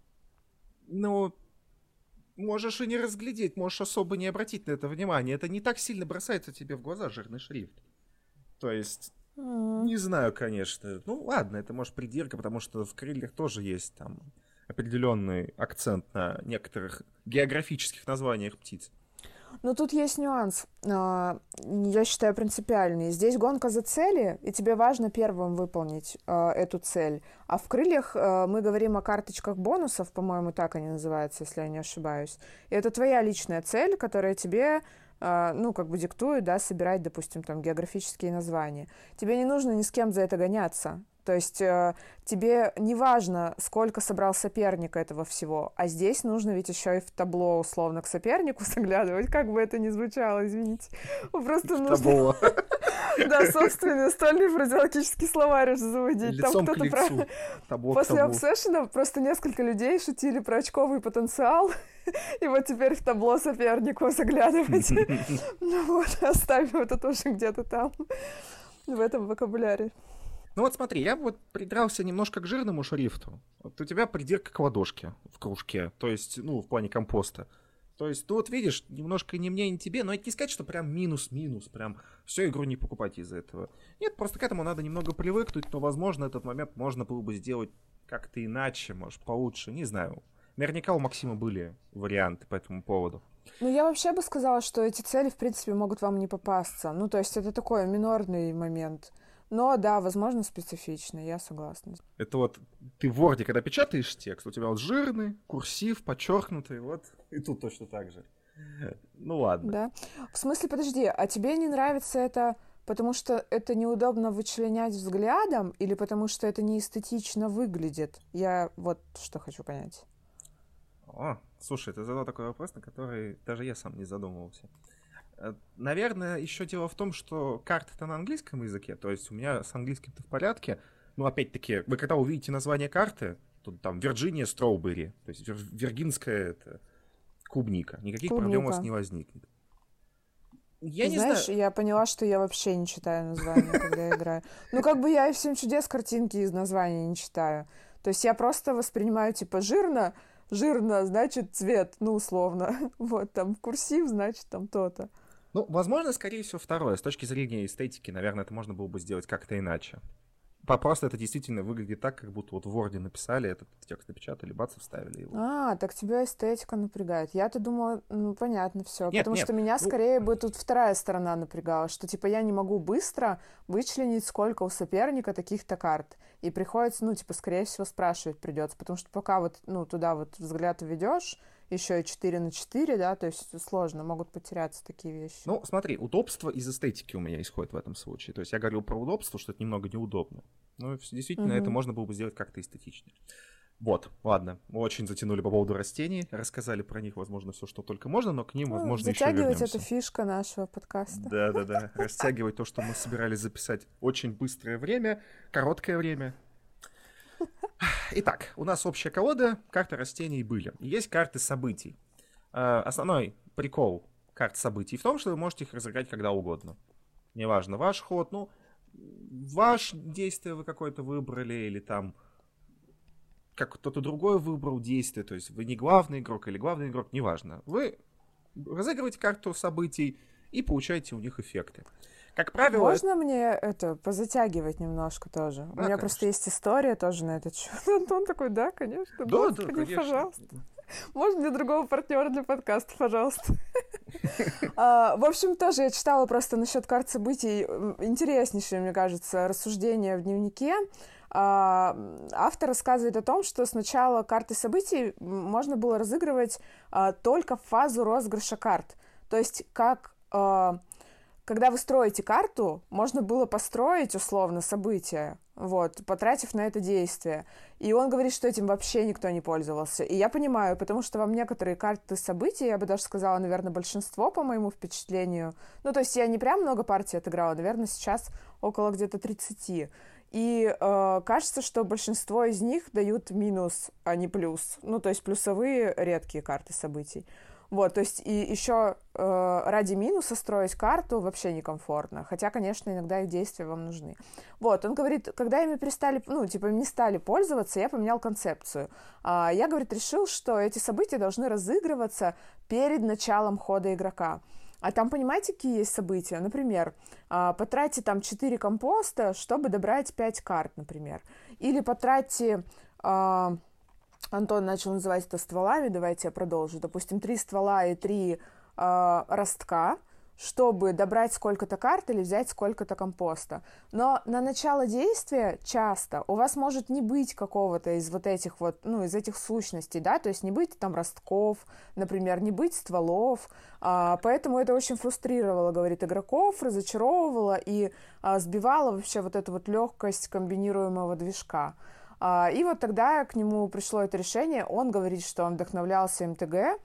ну... Можешь и не разглядеть, можешь особо не обратить на это внимание. Это не так сильно бросается тебе в глаза жирный шрифт. То есть, mm. не знаю, конечно. Ну, ладно, это может придирка, потому что в крыльях тоже есть там определенный акцент на некоторых географических названиях птиц. Но тут есть нюанс, я считаю, принципиальный. Здесь гонка за цели, и тебе важно первым выполнить эту цель. А в крыльях мы говорим о карточках бонусов, по-моему, так они называются, если я не ошибаюсь. И это твоя личная цель, которая тебе, ну, как бы диктует, да, собирать, допустим, там, географические названия. Тебе не нужно ни с кем за это гоняться. То есть э, тебе не важно, сколько собрал соперник этого всего, а здесь нужно ведь еще и в табло условно к сопернику заглядывать, как бы это ни звучало, извините. Просто нужно... Да, собственно, стольный фразеологический словарь уже заводить. Лицом к лицу. После обсессиона просто несколько людей шутили про очковый потенциал, и вот теперь в табло сопернику заглядывать. Ну вот, оставим это тоже где-то там, в этом вокабуляре. Ну вот смотри, я вот придрался немножко к жирному шрифту. Вот у тебя придирка к ладошке в кружке, то есть, ну, в плане компоста. То есть, ну вот видишь, немножко ни мне, ни тебе, но это не сказать, что прям минус-минус, прям всю игру не покупать из-за этого. Нет, просто к этому надо немного привыкнуть, но, возможно, этот момент можно было бы сделать как-то иначе, может, получше, не знаю. Наверняка у Максима были варианты по этому поводу. Ну, я вообще бы сказала, что эти цели, в принципе, могут вам не попасться. Ну, то есть, это такой минорный момент. Но, да, возможно, специфично, я согласна. Это вот ты в Word, когда печатаешь текст, у тебя вот жирный, курсив, подчеркнутый, вот, и тут точно так же. Ну, ладно. Да. В смысле, подожди, а тебе не нравится это, потому что это неудобно вычленять взглядом, или потому что это неэстетично выглядит? Я вот что хочу понять. О, слушай, ты задал такой вопрос, на который даже я сам не задумывался. Наверное, еще дело в том, что карта-то на английском языке, то есть у меня с английским-то в порядке, но опять-таки, вы когда увидите название карты, тут там Вирджиния Строубери, то есть вир- виргинская это клубника, никаких клубника. Проблем у вас не возникнет. Я Ты не знаешь, знаю... я поняла, что я вообще не читаю названия, когда играю. Ну, как бы я и в «Семь чудес» картинки из названия не читаю. То есть я просто воспринимаю, типа, жирно, жирно, значит, цвет, ну, условно. Вот, там, курсив, значит, там то-то. Ну, возможно, скорее всего, второе. С точки зрения эстетики, наверное, это можно было бы сделать как-то иначе. Просто это действительно выглядит так, как будто вот в Word написали, этот текст напечатали, бац, и вставили его. А, так тебя эстетика напрягает. Я-то думала, ну, понятно все. Нет, Потому нет, что меня ну, скорее бы тут вторая сторона напрягала, что, типа, я не могу быстро вычленить, сколько у соперника таких-то карт. И приходится, ну, типа, скорее всего, спрашивать придется. Потому что пока вот, ну, туда вот взгляд уведешь, еще и четыре на четыре, да, то есть сложно, могут потеряться такие вещи. ну, смотри, удобство из эстетики у меня исходит в этом случае. То есть я говорил про удобство, что это немного неудобно. Ну, действительно, это Угу. можно было бы сделать как-то эстетичнее. Вот, ладно, мы очень затянули по поводу растений, рассказали про них, возможно, все, что только можно, но к ним, Ну, возможно, еще затягивать — это вернемся. фишка нашего подкаста. Да-да-да, растягивать то, что мы собирались записать очень быстрое время, короткое время. Итак, у нас общая колода, карты растений были. Есть карты событий. Э, Основной прикол карт событий в том, что вы можете их разыграть когда угодно. Неважно, ваш ход, ну, ваше действие вы какое-то выбрали, или там как кто-то другой выбрал действие, то есть вы не главный игрок или главный игрок, неважно. Вы разыгрываете карту событий и получаете у них эффекты. Как правило... Можно мне это позатягивать немножко тоже? Да, У меня конечно. просто есть история тоже на этот счет. Антон такой, да, конечно, Да, господи, да, конечно. пожалуйста. Можно для другого партнера для подкаста, пожалуйста. А, в общем, тоже я читала просто насчет карт событий интереснейшее, мне кажется, рассуждение в дневнике. А, автор рассказывает о том, что сначала карты событий можно было разыгрывать а, только в фазу розыгрыша карт. То есть как... А, когда вы строите карту, можно было построить условно событие, вот, потратив на это действие. И он говорит, что этим вообще никто не пользовался. И я понимаю, потому что вам некоторые карты событий, я бы даже сказала, наверное, большинство, по моему впечатлению. Ну, то есть я не прям много партий отыграла, наверное, сейчас около где-то тридцати. И э, кажется, что большинство из них дают минус, а не плюс. Ну, то есть плюсовые редкие карты событий. Вот, то есть и еще э, ради минуса строить карту вообще некомфортно. Хотя, конечно, иногда их действия вам нужны. Вот, он говорит, когда ими перестали, ну, типа, не стали пользоваться, я поменял концепцию. А, я, говорит, решил, что эти события должны разыгрываться перед началом хода игрока. А там, понимаете, какие есть события? Например, а, потратьте там четыре компоста, чтобы добрать пять карт, например. Или потратьте... А, Антон начал называть это стволами, давайте я продолжу. Допустим, три ствола и три э, ростка, чтобы добрать сколько-то карт или взять сколько-то компоста. Но на начало действия часто у вас может не быть какого-то из вот этих вот, ну, из этих сущностей, да, то есть не быть там ростков, например, не быть стволов, а, поэтому это очень фрустрировало, говорит, игроков, разочаровывало и а, сбивало вообще вот эту вот легкость комбинируемого движка. И вот тогда к нему пришло это решение. Он говорит, что он вдохновлялся эм тэ гэ.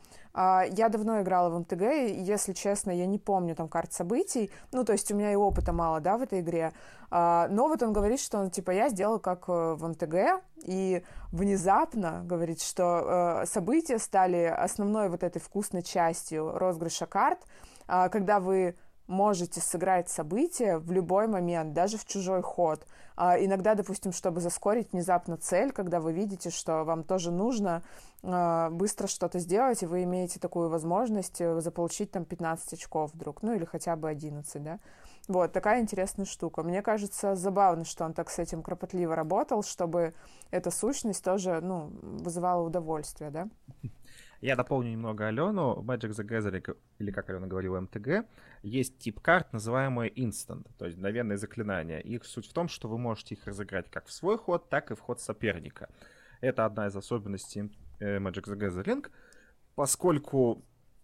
Я давно играла в эм тэ гэ, и, если честно, я не помню там карт событий. Ну, то есть у меня и опыта мало, да, в этой игре. Но вот он говорит, что, типа, я сделал как в эм тэ гэ, и внезапно, говорит, что события стали основной вот этой вкусной частью розыгрыша карт, когда вы можете сыграть событие в любой момент, даже в чужой ход. А, иногда, допустим, чтобы заскорить внезапно цель, когда вы видите, что вам тоже нужно а, быстро что-то сделать, и вы имеете такую возможность заполучить там пятнадцать очков вдруг, ну или хотя бы одиннадцать, да. Вот, такая интересная штука. Мне кажется, забавно, что он так с этим кропотливо работал, чтобы эта сущность тоже, ну, вызывала удовольствие, да. Я дополню немного Алену. В Magic the Gathering, или как Алена говорила, эм тэ гэ, есть тип карт, называемые Instant, то есть мгновенные заклинания. Их суть в том, что вы можете их разыграть как в свой ход, так и в ход соперника. Это одна из особенностей Magic the Gathering, поскольку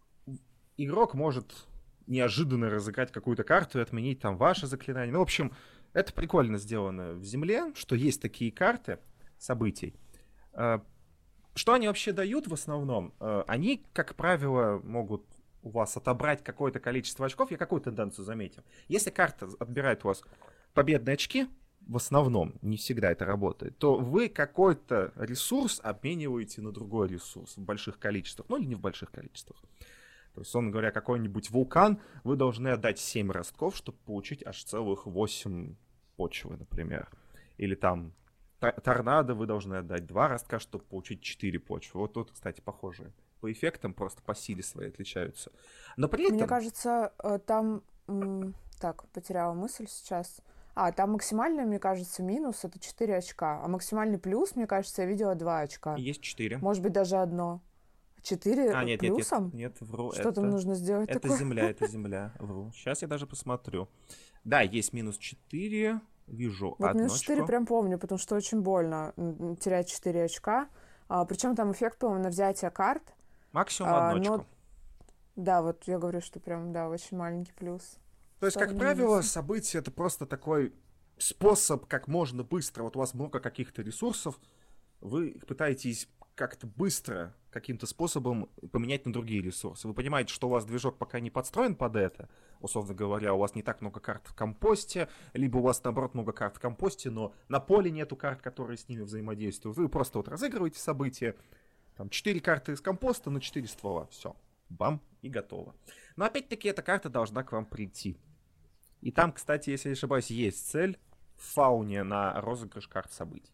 игрок может неожиданно разыграть какую-то карту и отменить там ваше заклинание. Ну, в общем, это прикольно сделано в Земле, что есть такие карты событий. Что они вообще дают в основном? Они, как правило, могут у вас отобрать какое-то количество очков. Я какую тенденцию заметил? Если карта отбирает у вас победные очки, в основном, не всегда это работает, то вы какой-то ресурс обмениваете на другой ресурс в больших количествах. Ну или не в больших количествах. То есть, условно говоря, какой-нибудь вулкан вы должны отдать семь ростков, чтобы получить аж целых восемь почвы, например. Или там торнадо вы должны отдать два ростка, чтобы получить четыре почвы. Вот тут, кстати, похожие. По эффектам просто по силе своей отличаются. Но при этом... Мне кажется, там... Так, потеряла мысль сейчас. А, там максимальный, мне кажется, минус — это четыре очка, а максимальный плюс, мне кажется, я видела два очка. Есть четыре. Может быть, даже одно. четыре А, нет, нет, нет, плюсом? нет, вру, Что там это... нужно сделать Это такое? земля, это земля, вру. Сейчас я даже посмотрю. Да, есть минус четыре, вижу Вот одно минус четыре очко. прям помню, потому что очень больно м, терять четыре очка. А, причем там эффект, по-моему, на взятие карт. Максимум А, одно но, очко. да, вот я говорю, что прям, да, очень маленький плюс То в есть, как сторону правило, минуса. событие это просто такой способ, как можно быстро, вот у вас много каких-то ресурсов, вы их пытаетесь как-то быстро, каким-то способом поменять на другие ресурсы. Вы понимаете, что у вас движок пока не подстроен под это, условно говоря, у вас не так много карт в компосте, либо у вас, наоборот, много карт в компосте, но на поле нету карт, которые с ними взаимодействуют. Вы просто вот разыгрываете события, там четыре карты из компоста на четыре ствола, все, бам, и готово. Но опять-таки эта карта должна к вам прийти. И там, кстати, если я не ошибаюсь, есть цель в фауне на розыгрыш карт событий.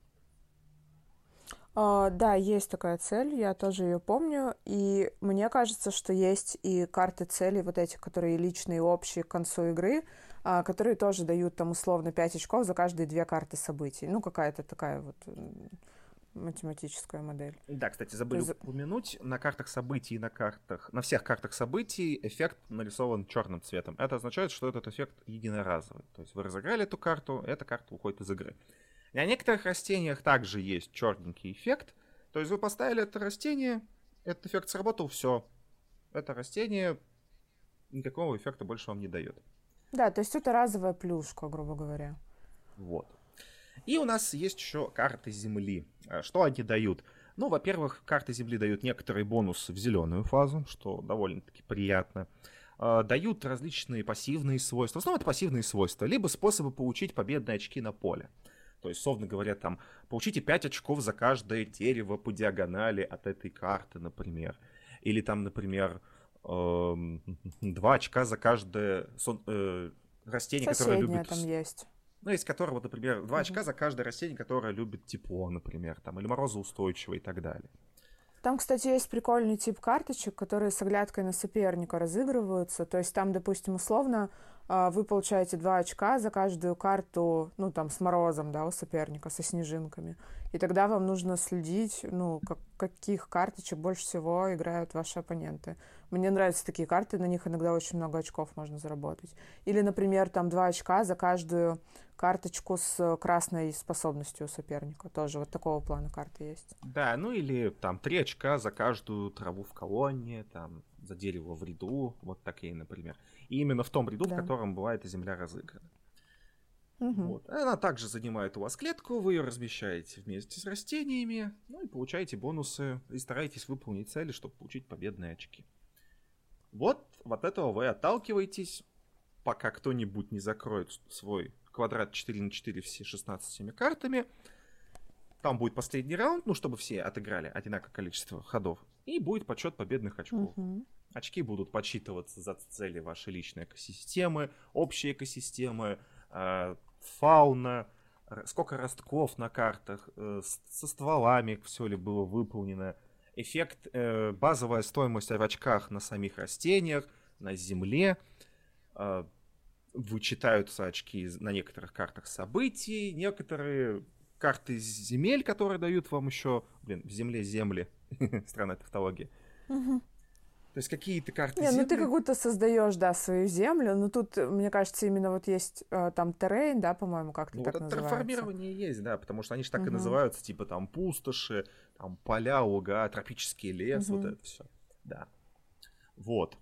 А, да, есть такая цель, я тоже ее помню, и мне кажется, что есть и карты целей, вот эти, которые личные и общие к концу игры, а, которые тоже дают там условно пять очков за каждые две карты событий. Ну, какая-то такая вот м, математическая модель. Да, кстати, То забыли есть, упомянуть, на картах событий, на картах, на всех картах событий эффект нарисован черным цветом. Это означает, что этот эффект единоразовый. То есть вы разыграли эту карту, эта карта уходит из игры. На некоторых растениях также есть черненький эффект. То есть вы поставили это растение, этот эффект сработал, все. Это растение никакого эффекта больше вам не дает. да, то есть это разовая плюшка, грубо говоря. Вот. И у нас есть еще карты Земли. Что они дают? Ну, во-первых, карты Земли дают некоторые бонусы в зеленую фазу, что довольно-таки приятно. Дают различные пассивные свойства. В основном это пассивные свойства, либо способы получить победные очки на поле. То есть, условно говоря, там, получите пять очков за каждое дерево по диагонали от этой карты, например. Или там, например, два очка за каждое э, растение, которое Соседняя любит... там есть. Ну, из которого, например, два Мгм. очка за каждое растение, которое любит тепло, например, там, или морозоустойчивое и так далее. Там, кстати, есть прикольный тип карточек, которые с оглядкой на соперника разыгрываются. То есть там, допустим, условно, а, вы получаете два очка за каждую карту, ну, там, с морозом, да, у соперника, со снежинками. И тогда вам нужно следить, ну, как, каких карточек больше всего играют ваши оппоненты. Мне нравятся такие карты, на них иногда очень много очков можно заработать. Или, например, там, два очка за каждую карточку с красной способностью у соперника. Тоже вот такого плана карты есть. Да, ну или там три очка за каждую траву в колонне, там, за дерево в ряду, вот такие, например. И именно в том ряду, в Да. котором бывает земля разыграна. Мгм. Вот. Она также занимает у вас клетку, вы ее размещаете вместе с растениями, ну и получаете бонусы, и стараетесь выполнить цели, чтобы получить победные очки. Вот от этого вы отталкиваетесь, пока кто-нибудь не закроет свой квадрат четыре на четыре все шестнадцатью картами. Там будет последний раунд, ну, чтобы все отыграли одинаковое количество ходов. И будет подсчет победных очков. Мгм. Очки будут подсчитываться за цели вашей личной экосистемы, общей экосистемы, э, фауна, р- сколько ростков на картах, э, с- со стволами все ли было выполнено. Эффект, э, базовая стоимость в очках на самих растениях, на земле. Э, вычитаются очки из- на некоторых картах событий, некоторые карты земель, которые дают вам еще, блин, в земле земли, странная тавтология. Мгм. То есть какие-то карты Не, ну ты земли. как будто создаешь, да, свою землю, но тут, э, мне кажется, именно вот есть э, там террейн, да, по-моему, как-то Ну вот так это называется. терраформирование есть, да, потому что они же так и Мгм. называются, типа там пустоши, там поля, луга, тропический лес, вот Мгм. это все. Да. Вот.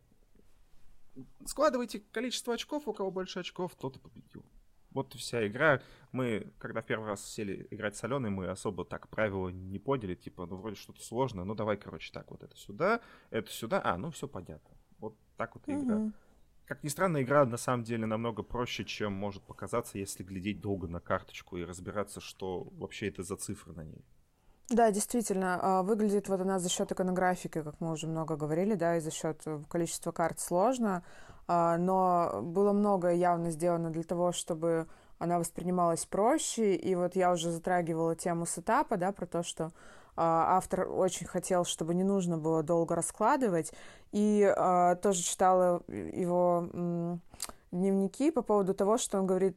Складывайте количество очков, у кого больше очков, тот и победил. Вот и вся игра. Мы, когда в первый раз сели играть с Аленой, мы особо так правила не поняли. Типа, ну вроде что-то сложное, ну давай, короче, так, вот это сюда, это сюда. А, ну все понятно. Вот так вот и игра. Мгм. Как ни странно, игра на самом деле намного проще, чем может показаться, если глядеть долго на карточку и разбираться, что вообще это за цифры на ней. Да, действительно, а, выглядит вот она за счет иконографики, как мы уже много говорили, да, и за счет э, количества карт сложно, а, но было многое явно сделано для того, чтобы она воспринималась проще, и вот я уже затрагивала тему сетапа, да, про то, что а, автор очень хотел, чтобы не нужно было долго раскладывать, и а, тоже читала его м, дневники по поводу того, что он говорит,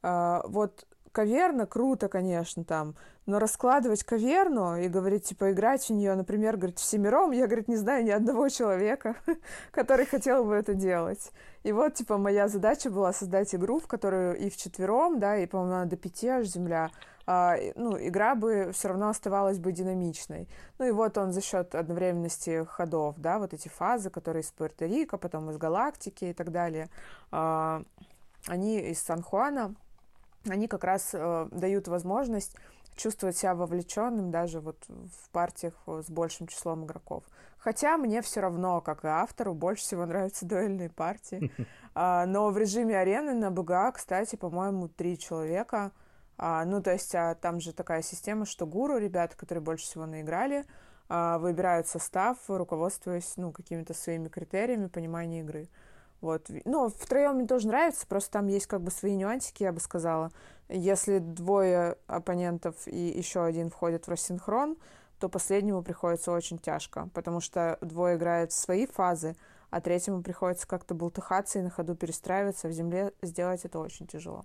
А, вот каверна круто, конечно, там, но раскладывать каверну и говорить, типа, играть в нее, например, говорит, всемиром, я, говорит, не знаю ни одного человека, который хотел бы это делать. И вот, типа, моя задача была создать игру, в которую и вчетвером, да, и, по-моему, она до пяти аж земля, а, ну, игра бы все равно оставалась бы динамичной. Ну и вот он за счет одновременности ходов, да, вот эти фазы, которые из Пуэрто-Рико, потом из галактики и так далее, а, они из Сан-Хуана, они как раз э, дают возможность чувствовать себя вовлеченным даже вот в партиях с большим числом игроков. Хотя мне все равно, как и автору, больше всего нравятся дуэльные партии. А, но в режиме арены на бэ гэ а, кстати, по-моему, три человека. А, ну, то есть а, там же такая система, что гуру, ребята, которые больше всего наиграли, а, выбирают состав, руководствуясь, ну, какими-то своими критериями понимания игры. Вот. Ну, втроем мне тоже нравится, просто там есть как бы свои нюансики, я бы сказала. Если двое оппонентов и еще один входят в рассинхрон, то последнему приходится очень тяжко, потому что двое играют в свои фазы, а третьему приходится как-то бултыхаться и на ходу перестраиваться. В земле сделать это очень тяжело.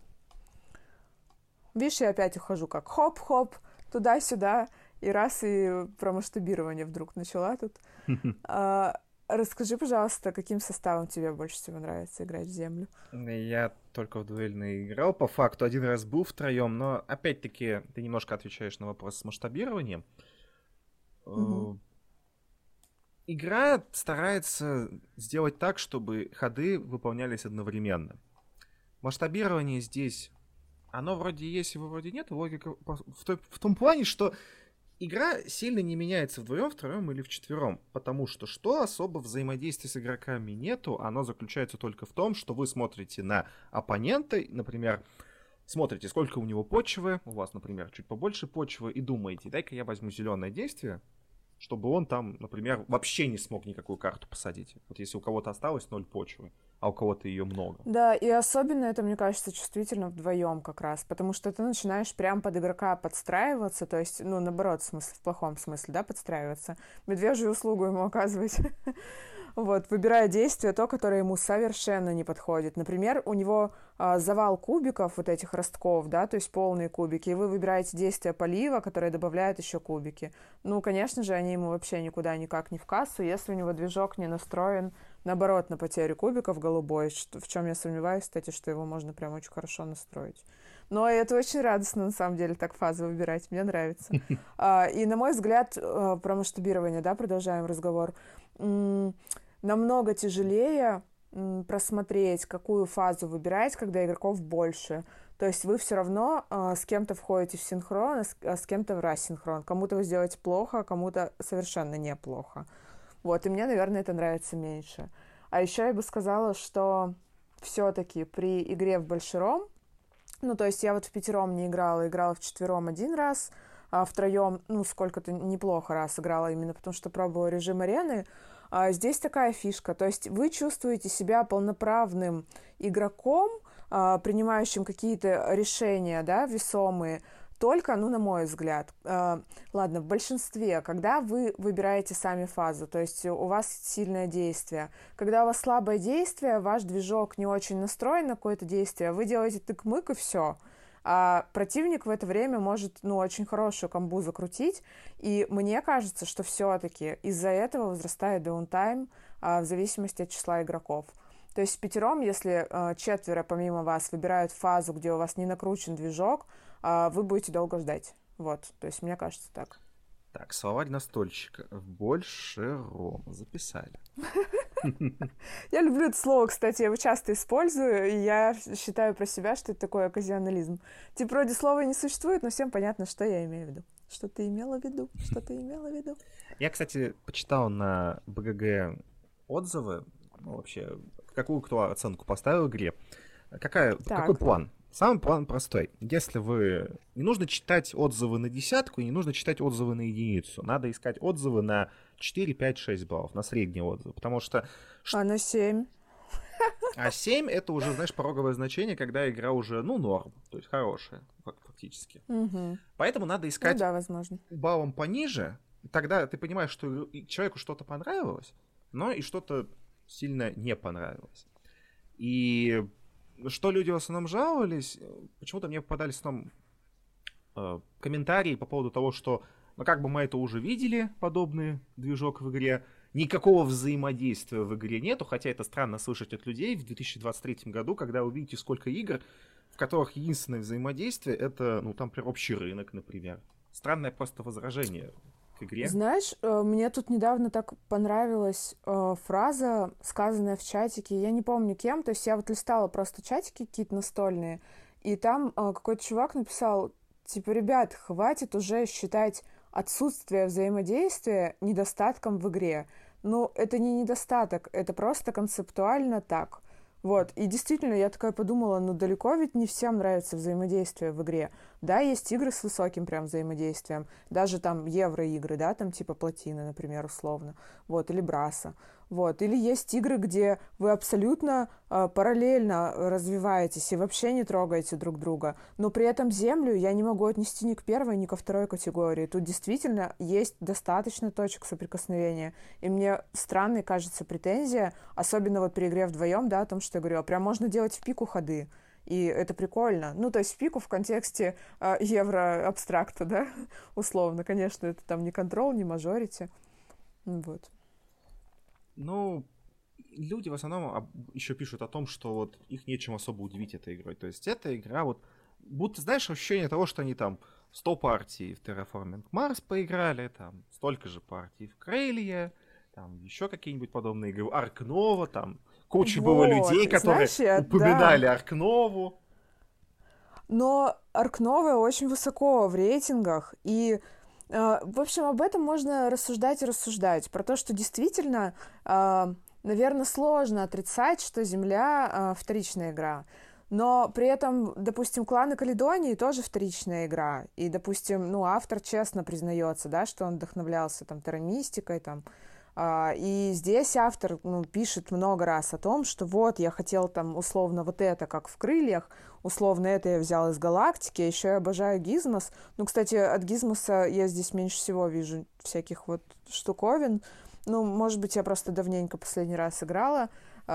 Видишь, я опять ухожу как хоп-хоп, туда-сюда, и раз, и про масштабирование вдруг начала тут. Расскажи, пожалуйста, каким составом тебе больше всего нравится играть в землю? Я только в дуэльный играл, по факту один раз был втроем, но опять-таки ты немножко отвечаешь на вопрос с масштабированием. Угу. Игра старается сделать так, чтобы ходы выполнялись одновременно. Масштабирование здесь, оно вроде есть и вроде нет, логика в, той, в том плане, что игра сильно не меняется вдвоем, втроем или вчетвером, потому что что особо взаимодействия с игроками нету, оно заключается только в том, что вы смотрите на оппонента, например, смотрите, сколько у него почвы, у вас, например, чуть побольше почвы, и думаете, дай-ка я возьму зеленое действие, чтобы он там, например, вообще не смог никакую карту посадить. Вот если у кого-то осталось ноль почвы, а у кого-то ее много. Да, и особенно это, мне кажется, чувствительно вдвоем как раз, потому что ты начинаешь прям под игрока подстраиваться, то есть, ну, наоборот, в смысле, в плохом смысле, да, подстраиваться, медвежью услугу ему оказывать. Вот, выбирая действие, то, которое ему совершенно не подходит. Например, у него а, завал кубиков, вот этих ростков, да, то есть полные кубики, и вы выбираете действие полива, которое добавляет еще кубики. Ну, конечно же, они ему вообще никуда никак не в кассу, если у него движок не настроен, наоборот, на потерю кубиков голубой, что, в чем я сомневаюсь, кстати, что его можно прям очень хорошо настроить. Но это очень радостно, на самом деле, так фазы выбирать, мне нравится. А, и, на мой взгляд, про масштабирование, да, продолжаем разговор, намного тяжелее м, просмотреть, какую фазу выбирать, когда игроков больше. То есть вы все равно э, с кем-то входите в синхрон, а с, а с кем-то в рассинхрон. Кому-то вы сделаете плохо, а кому-то совершенно неплохо. Вот, и мне, наверное, это нравится меньше. А еще я бы сказала, что все-таки при игре в большером, ну, то есть я вот в пятером не играла, играла в четвером один раз, а втроем, ну, сколько-то неплохо раз играла, именно потому что пробовала режим арены. А здесь такая фишка, то есть вы чувствуете себя полноправным игроком, а, принимающим какие-то решения, да, весомые, только, ну, на мой взгляд, а, ладно, в большинстве, когда вы выбираете сами фазу, то есть у вас сильное действие. Когда у вас слабое действие, ваш движок не очень настроен на какое-то действие, вы делаете тык-мык и все. А противник в это время может, ну, очень хорошую комбу закрутить, и мне кажется, что все-таки из-за этого возрастает даунтайм а, в зависимости от числа игроков. То есть пятером, если а, четверо помимо вас выбирают фазу, где у вас не накручен движок, а, вы будете долго ждать. Вот, то есть мне кажется так. Так, словарь настольщика. Больше ром. Записали. Я люблю это слово, кстати, я его часто использую, и я считаю про себя, что это такой оказионализм. Типа, вроде слова не существует, но всем понятно, что я имею в виду. Что ты имела в виду? Что ты имела в виду? Я, кстати, почитал на бэ гэ гэ отзывы, ну, вообще, какую кто оценку поставил игре. Какая, какой план? Самый план простой. Если вы... Не нужно читать отзывы на десятку, и не нужно читать отзывы на единицу. Надо искать отзывы на четыре, пять, шесть баллов, на средние отзывы. Потому что... А на семь? А семь это уже, знаешь, пороговое значение, когда игра уже, ну, норм. То есть хорошая, фактически. Угу. Поэтому надо искать ну, да, возможно. баллом пониже. Тогда ты понимаешь, что человеку что-то понравилось, но и что-то сильно не понравилось. И что люди в основном жаловались, почему-то мне попадались в основном э, комментарии по поводу того, что ну как бы мы это уже видели, подобный движок в игре, никакого взаимодействия в игре нету, хотя это странно слышать от людей в две тысячи двадцать третьем году, когда вы увидите, сколько игр, в которых единственное взаимодействие это, ну, там, например, общий рынок, например. Странное просто возражение к игре. Знаешь, мне тут недавно так понравилась э, фраза, сказанная в чатике, я не помню кем, то есть я вот листала просто чатики какие-то настольные, и там э, какой-то чувак написал, типа, ребят, хватит уже считать отсутствие взаимодействия недостатком в игре. Ну, это не недостаток, это просто концептуально так. Вот, и действительно, я такая подумала, ну, далеко ведь не всем нравится взаимодействие в игре. Да, есть игры с высоким прям взаимодействием, даже там евроигры, да, там типа Платины, например, условно, вот, или Браса. Вот. Или есть игры, где вы абсолютно э, параллельно развиваетесь и вообще не трогаете друг друга. Но при этом Землю я не могу отнести ни к первой, ни ко второй категории. Тут действительно есть достаточно точек соприкосновения. И мне странной кажется претензия, особенно вот при игре вдвоем, да, о том, что я говорю, а прям можно делать в пику ходы. И это прикольно. Ну, то есть в пику в контексте э, евро-абстракта, да, условно. Конечно, это там не контрол, не мажорити. Вот. Ну, люди в основном еще пишут о том, что вот их нечем особо удивить этой игрой. То есть эта игра вот... Будто, знаешь, ощущение того, что они там сто партий в Terraforming Mars поиграли, там столько же партий в Крейlie, там еще какие-нибудь подобные игры. Арк Нова, там куча вот. было людей, которые Знаешь, я, упоминали да. Арк Нову. Но Арк Нова очень высоко в рейтингах, и в общем, об этом можно рассуждать и рассуждать. Про то, что действительно, наверное, сложно отрицать, что Земля вторичная игра. Но при этом, допустим, кланы Каледонии тоже вторичная игра. И, допустим, ну, автор честно признается, да, что он вдохновлялся там террамистикой, там. И здесь автор, ну, пишет много раз о том, что вот я хотел там условно вот это, как в Крыльях, условно это я взял из Галактики, еще я обожаю Гизмос. Ну, кстати, от Гизмоса я здесь меньше всего вижу всяких вот штуковин. Ну, может быть, я просто давненько последний раз играла.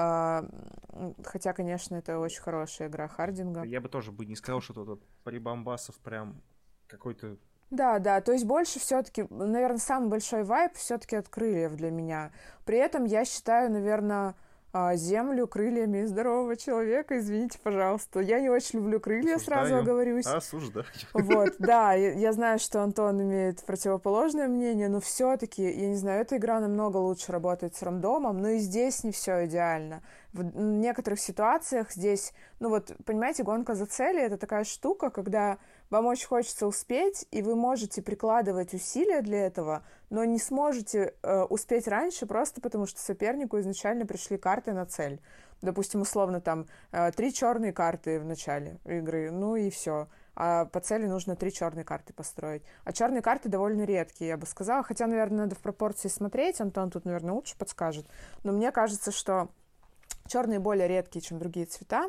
Хотя, конечно, это очень хорошая игра Хардинга. Я бы тоже бы не сказал, что тут прибамбасов прям какой-то... Да, да, то есть больше все-таки, наверное, самый большой вайб все-таки от Крыльев для меня. При этом я считаю, наверное, Землю крыльями здорового человека. Извините, пожалуйста. Я не очень люблю крылья, Осуждаю. Сразу оговорюсь. Осуждаю. Вот, да, я, я знаю, что Антон имеет противоположное мнение, но все-таки, я не знаю, эта игра намного лучше работает с рандомом, но и здесь не все идеально. В некоторых ситуациях здесь, ну вот, понимаете, гонка за цели — это такая штука, когда вам очень хочется успеть, и вы можете прикладывать усилия для этого, но не сможете э, успеть раньше просто потому, что сопернику изначально пришли карты на цель. Допустим, условно, там, э, три черные карты в начале игры, ну и все. А по цели нужно три черные карты построить. А черные карты довольно редкие, я бы сказала. Хотя, наверное, надо в пропорции смотреть. Антон тут, наверное, лучше подскажет. Но мне кажется, что черные более редкие, чем другие цвета.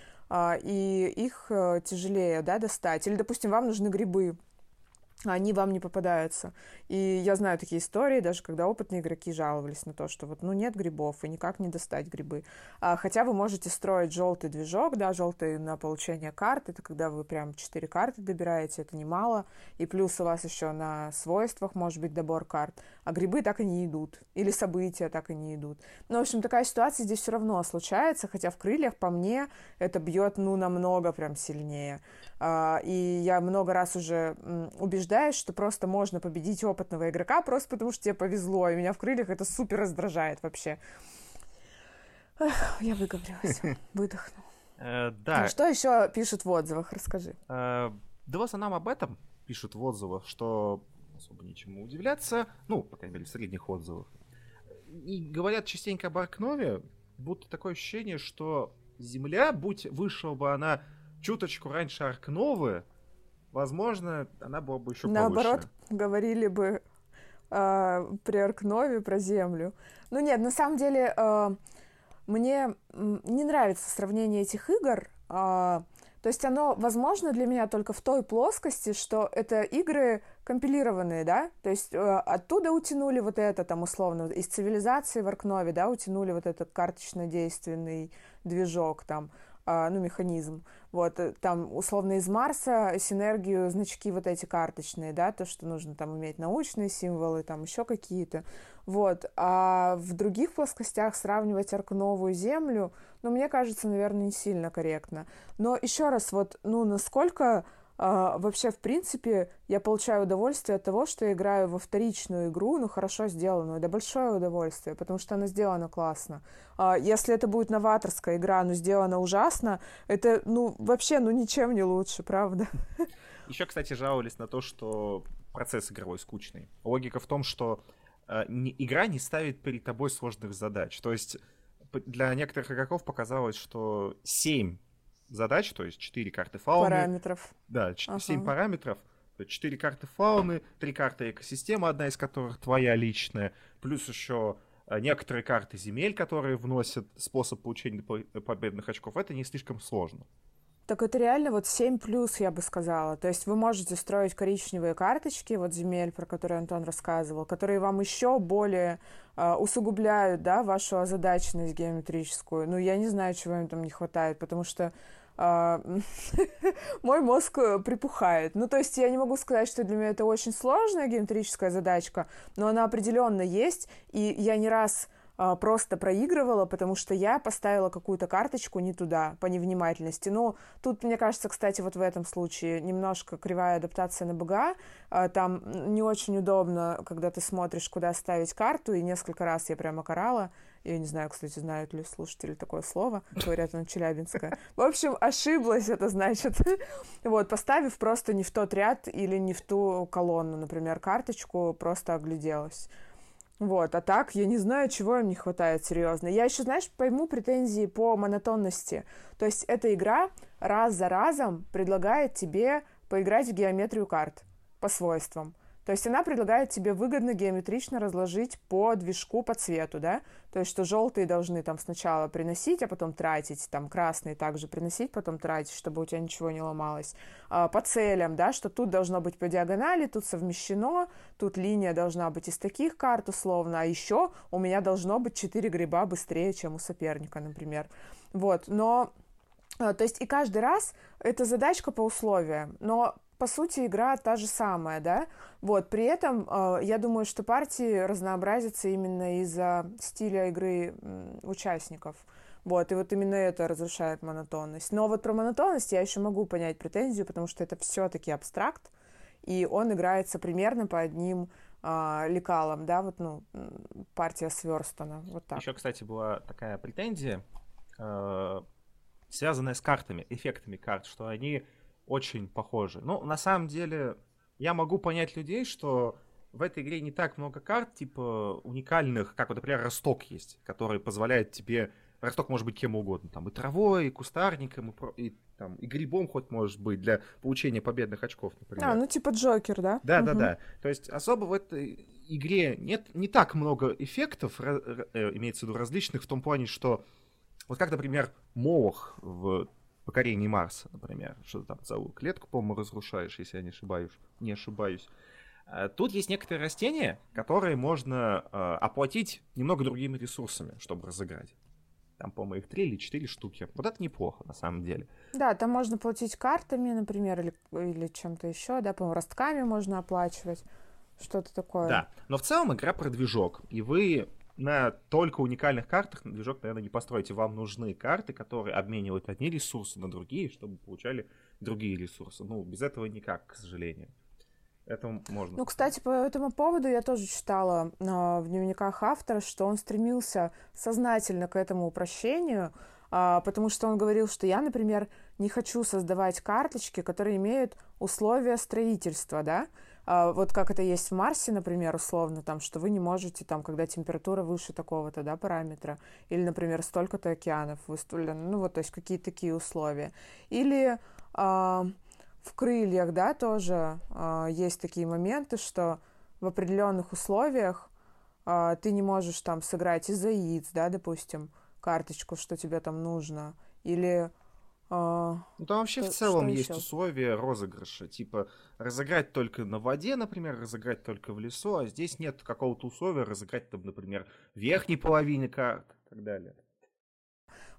И их тяжелее, да, достать. Или, допустим, вам нужны грибы, а они вам не попадаются. И я знаю такие истории, даже когда опытные игроки жаловались на то, что вот, ну, нет грибов, и никак не достать грибы. А, хотя вы можете строить желтый движок, да, желтый на получение карт, это когда вы прям четыре карты добираете, это немало, и плюс у вас еще на свойствах может быть добор карт, а грибы так и не идут, или события так и не идут. Ну, в общем, такая ситуация здесь все равно случается, хотя в Крыльях, по мне, это бьет, ну, намного прям сильнее. А, и я много раз уже убеждаюсь, что просто можно победить опытного игрока просто потому, что тебе повезло, и меня в Крыльях это супер раздражает вообще. Эх, я выговорилась, выдохну. Э, да. Что еще пишут в отзывах? Расскажи. Э, да в основном об этом пишут в отзывах, что особо нечему удивляться, ну, по крайней мере, в средних отзывах. И говорят частенько об Арк Нове, будто такое ощущение, что Земля, будь вышла бы она чуточку раньше Арк Новы, возможно, она была бы еще Наоборот, повыше. говорили бы э, при Арк Нове про Землю. Ну нет, на самом деле э, мне не нравится сравнение этих игр. Э, то есть оно возможно для меня только в той плоскости, что это игры компилированные, да? То есть э, оттуда утянули вот это, там, условно, из цивилизации в Арк Нове, да, утянули вот этот карточно-действенный движок, там. а, ну, механизм. Вот, э, там, условно, из Марса синергию значки вот эти карточные, да, то, что нужно там иметь научные символы, там еще какие-то. Вот, а в других плоскостях сравнивать Арк-Новую Землю, ну, мне кажется, наверное, не сильно корректно. Но еще раз, вот, ну, насколько а, вообще, в принципе, я получаю удовольствие от того, что я играю во вторичную игру, ну, хорошо сделанную, да большое удовольствие, потому что она сделана классно. А, если это будет новаторская игра, но сделана ужасно, это, ну, вообще, ну, ничем не лучше, правда? Еще, кстати, жаловались на то, что процесс игровой скучный. Логика в том, что э, не, игра не ставит перед тобой сложных задач. То есть для некоторых игроков показалось, что семь задач, то есть четыре карты фауны. Параметров. Да, семь Ага. параметров. четыре карты фауны, три карты экосистемы, одна из которых твоя личная, плюс еще некоторые карты земель, которые вносят способ получения победных очков. Это не слишком сложно. Так это реально вот семь плюс, я бы сказала. То есть вы можете строить коричневые карточки, вот земель, про которые Антон рассказывал, которые вам еще более э, усугубляют, да, вашу озадаченность геометрическую. Ну, я не знаю, чего им там не хватает, потому что э, мой мозг припухает. Ну, то есть я не могу сказать, что для меня это очень сложная геометрическая задачка, но она определенно есть, и я не раз просто проигрывала, потому что я поставила какую-то карточку не туда, по невнимательности. Ну, тут, мне кажется, кстати, вот в этом случае немножко кривая адаптация на бэ гэ а. Там не очень удобно, когда ты смотришь, куда ставить карту, и несколько раз я прямо карала. Я не знаю, кстати, знают ли слушатели такое слово. Говорят, оно челябинское. В общем, ошиблась это, значит. Вот, поставив просто не в тот ряд или не в ту колонну, например, карточку, просто огляделась. Вот, а так, я не знаю, чего им не хватает, серьезно. Я еще, знаешь, пойму претензии по монотонности. То есть эта игра раз за разом предлагает тебе поиграть в геометрию карт по свойствам. То есть она предлагает тебе выгодно геометрично разложить по движку, по цвету, да? То есть что желтые должны там сначала приносить, а потом тратить, там красные также приносить, потом тратить, чтобы у тебя ничего не ломалось. А, по целям, да, что тут должно быть по диагонали, тут совмещено, тут линия должна быть из таких карт условно, а еще у меня должно быть четыре гриба быстрее, чем у соперника, например. Вот, но... То есть и каждый раз это задачка по условиям, но по сути игра та же самая, да, вот, при этом э, я думаю, что партии разнообразятся именно из-за стиля игры м, участников, вот, и вот именно это разрушает монотонность. Но вот про монотонность я еще могу понять претензию, потому что это все-таки абстракт, и он играется примерно по одним э, лекалам, да, вот, ну, партия сверстана, вот так. Еще, кстати, была такая претензия, э, связанная с картами, эффектами карт, что они очень похожи. Ну, на самом деле, я могу понять людей, что в этой игре не так много карт, типа уникальных, как вот, например, росток есть, который позволяет тебе... Росток может быть кем угодно, там и травой, и кустарником, и, и, там, и грибом хоть может быть для получения победных очков, например. А, ну типа Джокер, да? Да, угу. да, да. То есть особо в этой игре нет не так много эффектов, э, имеется в виду различных, в том плане, что вот как, например, Молох в покорении Марса, например, что ты там целую клетку, по-моему, разрушаешь, если я не ошибаюсь. Не ошибаюсь. Тут есть некоторые растения, которые можно э, оплатить немного другими ресурсами, чтобы разыграть. Там, по-моему, их три или четыре штуки. Вот это неплохо, на самом деле. Да, там можно платить картами, например, или, или чем-то еще, да, по-моему, ростками можно оплачивать, что-то такое. Да, но в целом игра про движок, и вы на только уникальных картах на движок, наверное, не построите. Вам нужны карты, которые обменивают одни ресурсы на другие, чтобы получали другие ресурсы. Ну, без этого никак, к сожалению. Это можно. Ну, кстати, по этому поводу я тоже читала э, в дневниках автора, что он стремился сознательно к этому упрощению, э, потому что он говорил, что я, например, не хочу создавать карточки, которые имеют условия строительства, да, э, вот как это есть в Марсе, например, условно, там, что вы не можете, там, когда температура выше такого-то, да, параметра, или, например, столько-то океанов выставлено, ну, вот, то есть какие-то такие условия. Или... Э, В крыльях, да, тоже э, есть такие моменты, что в определенных условиях э, ты не можешь там сыграть из-за яиц, да, допустим, карточку, что тебе там нужно, или... Э, ну, там вообще что, в целом есть еще? условия розыгрыша, типа разыграть только на воде, например, разыграть только в лесу, а здесь нет какого-то условия разыграть, там, например, в верхней половине карт и так далее.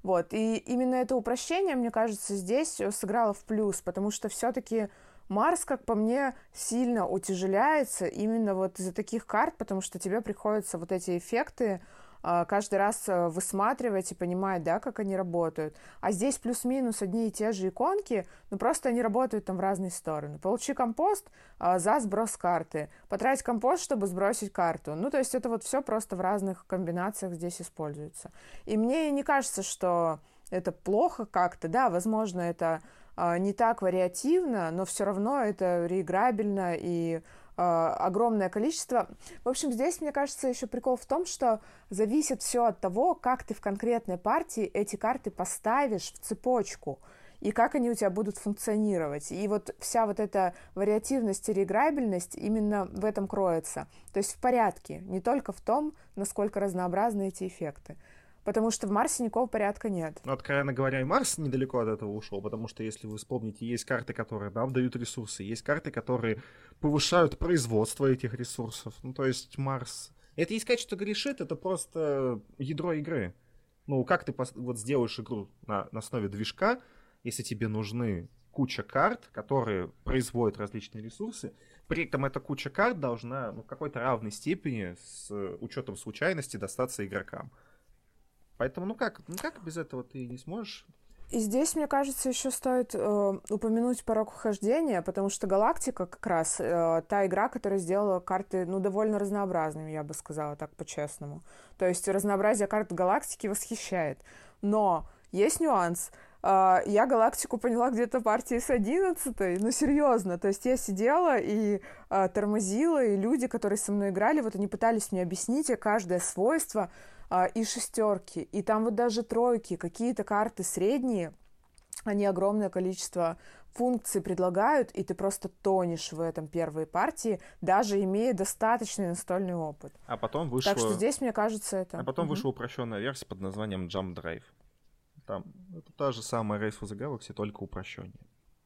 Вот, и именно это упрощение, мне кажется, здесь сыграло в плюс, потому что все-таки Марс, как по мне, сильно утяжеляется именно вот из-за таких карт, потому что тебе приходится вот эти эффекты а, каждый раз а, высматривать и понимать, да, как они работают. А здесь плюс-минус одни и те же иконки, но просто они работают там в разные стороны. Получи компост а, за сброс карты, потрать компост, чтобы сбросить карту. Ну, то есть это вот все просто в разных комбинациях здесь используется. И мне не кажется, что это плохо как-то, да, возможно, это не так вариативно, но все равно это реиграбельно и э, огромное количество. В общем, здесь, мне кажется, еще прикол в том, что зависит все от того, как ты в конкретной партии эти карты поставишь в цепочку и как они у тебя будут функционировать. И вот вся вот эта вариативность и реиграбельность именно в этом кроется. То есть в порядке, не только в том, насколько разнообразны эти эффекты. Потому что в Марсе никакого порядка нет. Ну, откровенно говоря, и Марс недалеко от этого ушел, потому что, если вы вспомните, есть карты, которые нам дают ресурсы, есть карты, которые повышают производство этих ресурсов. Ну, то есть Марс... Это не сказать, что грешит, это просто ядро игры. Ну, как ты вот сделаешь игру на, на основе движка, если тебе нужны куча карт, которые производят различные ресурсы, при этом эта куча карт должна ну, в какой-то равной степени с учетом случайности достаться игрокам. Поэтому, ну как, ну как без этого ты не сможешь? И здесь, мне кажется, еще стоит э, упомянуть порог вхождения, потому что Галактика как раз э, та игра, которая сделала карты, ну, довольно разнообразными, я бы сказала так по-честному. То есть разнообразие карт Галактики восхищает. Но есть нюанс. Э, я Галактику поняла где-то партии с одиннадцатой, ну, серьезно. То есть я сидела и э, тормозила, и люди, которые со мной играли, вот они пытались мне объяснить каждое свойство, и шестерки, и там вот даже тройки, какие-то карты средние, они огромное количество функций предлагают, и ты просто тонешь в этом первой партии, даже имея достаточный настольный опыт. А потом вышла... Так что здесь, мне кажется, это... А потом угу. вышла упрощенная версия под названием Jump Drive. Там это та же самая Race for the Galaxy, только упрощеннее.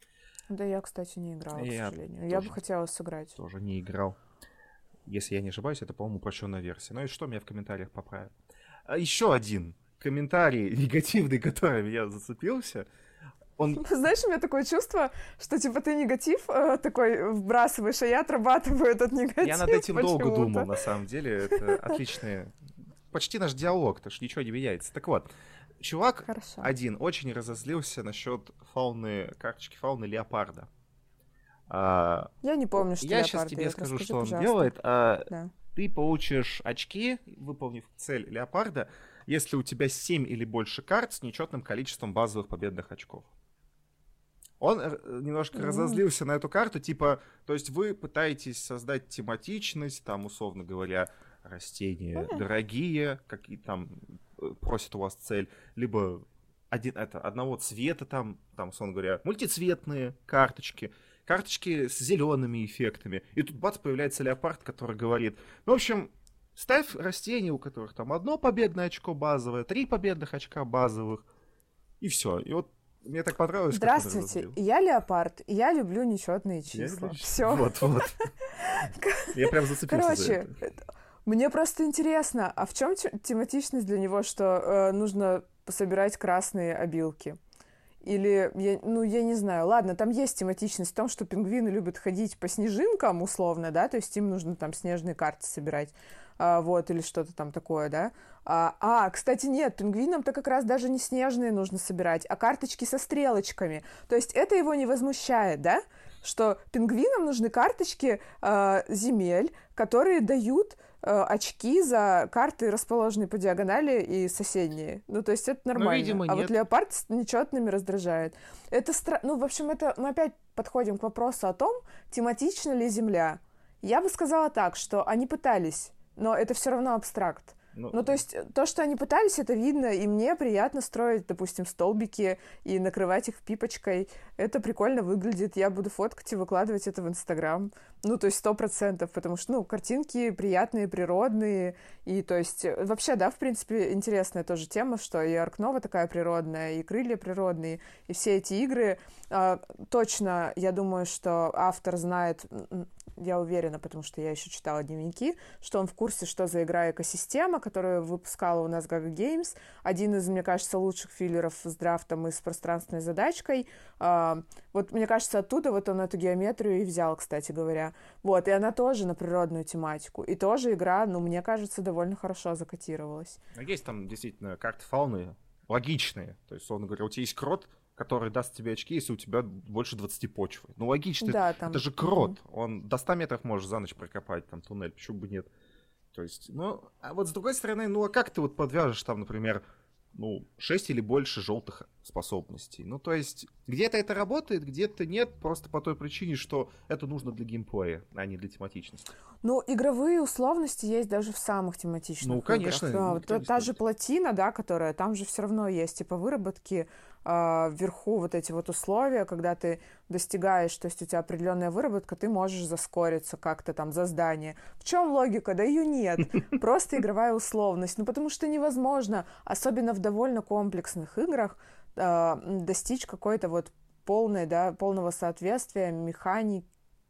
Да, я, кстати, не играла, я к сожалению. Я бы хотела сыграть. Тоже не играл. Если я не ошибаюсь, это, по-моему, упрощенная версия. Ну и что, меня в комментариях поправят. А еще один комментарий негативный, который меня зацепился. Он... Знаешь, у меня такое чувство, что типа ты негатив э, такой вбрасываешь, а я отрабатываю этот негатив. Я над этим почему-то. долго думал, на самом деле. Это отличный... Почти наш диалог, потому что ничего не меняется. Так вот, чувак Хорошо. один очень разозлился насчет фауны, карточки фауны леопарда. А, я не помню, что я леопард. сейчас тебе я скажу, расскажи, что он пожалуйста. делает. А да. Ты получишь очки, выполнив цель леопарда, если у тебя семь или больше карт с нечетным количеством базовых победных очков. Он немножко mm-hmm. разозлился на эту карту, типа, то есть вы пытаетесь создать тематичность, там, условно говоря, растения mm-hmm. дорогие, какие там просят у вас цель, либо один, это, одного цвета, там, там, условно говоря, мультицветные карточки, карточки с зелеными эффектами. И тут бац, появляется леопард, который говорит, ну, в общем, ставь растения, у которых там одно победное очко базовое, три победных очка базовых, и все. И вот мне так понравилось. Здравствуйте, я леопард, и я люблю нечетные числа. Все. Вот, вот. Я прям зацепился Короче, за это. Мне просто интересно, а в чем тематичность для него, что э, нужно пособирать красные обилки? Или, я, ну, я не знаю, ладно, там есть тематичность в том, что пингвины любят ходить по снежинкам, условно, да, то есть им нужно там снежные карты собирать, а, вот, или что-то там такое, да. А, а, кстати, нет, пингвинам-то как раз даже не снежные нужно собирать, а карточки со стрелочками. То есть это его не возмущает, да, что пингвинам нужны карточки э, земель, которые дают очки за карты, расположенные по диагонали и соседние. Ну, то есть это нормально. Ну, видимо, а нет. вот леопард с нечетными раздражает. Это стра... Ну, в общем, это мы опять подходим к вопросу о том, тематична ли Земля. Я бы сказала так, что они пытались, но это все равно абстракт. Ну, ну, то есть то, что они пытались, это видно, и мне приятно строить, допустим, столбики и накрывать их пипочкой. Это прикольно выглядит, я буду фоткать и выкладывать это в Инстаграм. Ну, то есть сто процентов, потому что, ну, картинки приятные, природные, и, то есть, вообще, да, в принципе, интересная тоже тема, что и Аркнова такая природная, и крылья природные, и все эти игры. Э, точно, я думаю, что автор знает... я уверена, потому что я еще читала дневники, что он в курсе, что за игра экосистема, которую выпускала у нас Gaga Games. Один из, мне кажется, лучших филлеров с драфтом и с пространственной задачкой. А, вот, мне кажется, оттуда вот он эту геометрию и взял, кстати говоря. Вот, и она тоже на природную тематику. И тоже игра, ну, мне кажется, довольно хорошо закотировалась. Есть там действительно карты фауны логичные. То есть, условно говоря, у тебя есть крот, который даст тебе очки, если у тебя больше двадцати почвы. Ну, логично. Да, это, там... это же крот. Mm-hmm. Он до ста метров может за ночь прокопать там туннель. Почему бы нет? То есть, ну, а вот с другой стороны, ну, а как ты вот подвяжешь там, например, ну, шесть или больше желтых способностей? Ну, то есть, где-то это работает, где-то нет, просто по той причине, что это нужно для геймплея, а не для тематичности. Ну, игровые условности есть даже в самых тематичных ну, играх. конечно, Та, та же плотина, да, которая, там же все равно есть, типа, выработки, э, вверху вот эти вот условия, когда ты достигаешь, то есть у тебя определенная выработка, ты можешь заскориться как-то там за здание. В чем логика? Да ее нет. Просто игровая условность. Ну, потому что невозможно, особенно в довольно комплексных играх, э, достичь какой-то вот полной, да, полного соответствия механики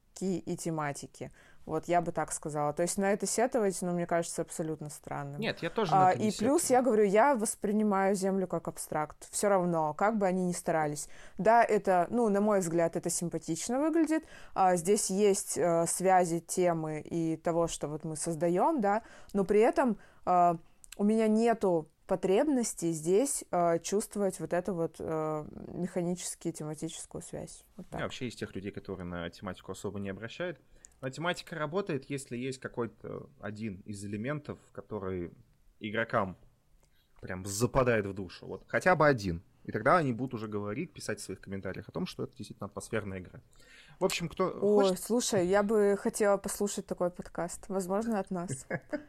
и тематики. Вот я бы так сказала. То есть на это сетовать, ну, мне кажется, абсолютно странным. Нет, я тоже а, на это не И сетую. плюс, я говорю, я воспринимаю Землю как абстракт. Все равно, как бы они ни старались. Да, это, ну, на мой взгляд, это симпатично выглядит. А, здесь есть а, связи темы и того, что вот мы создаем, да, но при этом а, у меня нету потребности здесь э, чувствовать вот эту вот э, механически тематическую связь. Вот так. Я вообще из тех людей, которые на тематику особо не обращают. Но тематика работает, если есть какой-то один из элементов, который игрокам прям западает в душу. Вот хотя бы один. И тогда они будут уже говорить, писать в своих комментариях о том, что это действительно атмосферная игра. В общем, кто Ой, хочет... слушай, я бы хотела послушать такой подкаст. Возможно, от нас.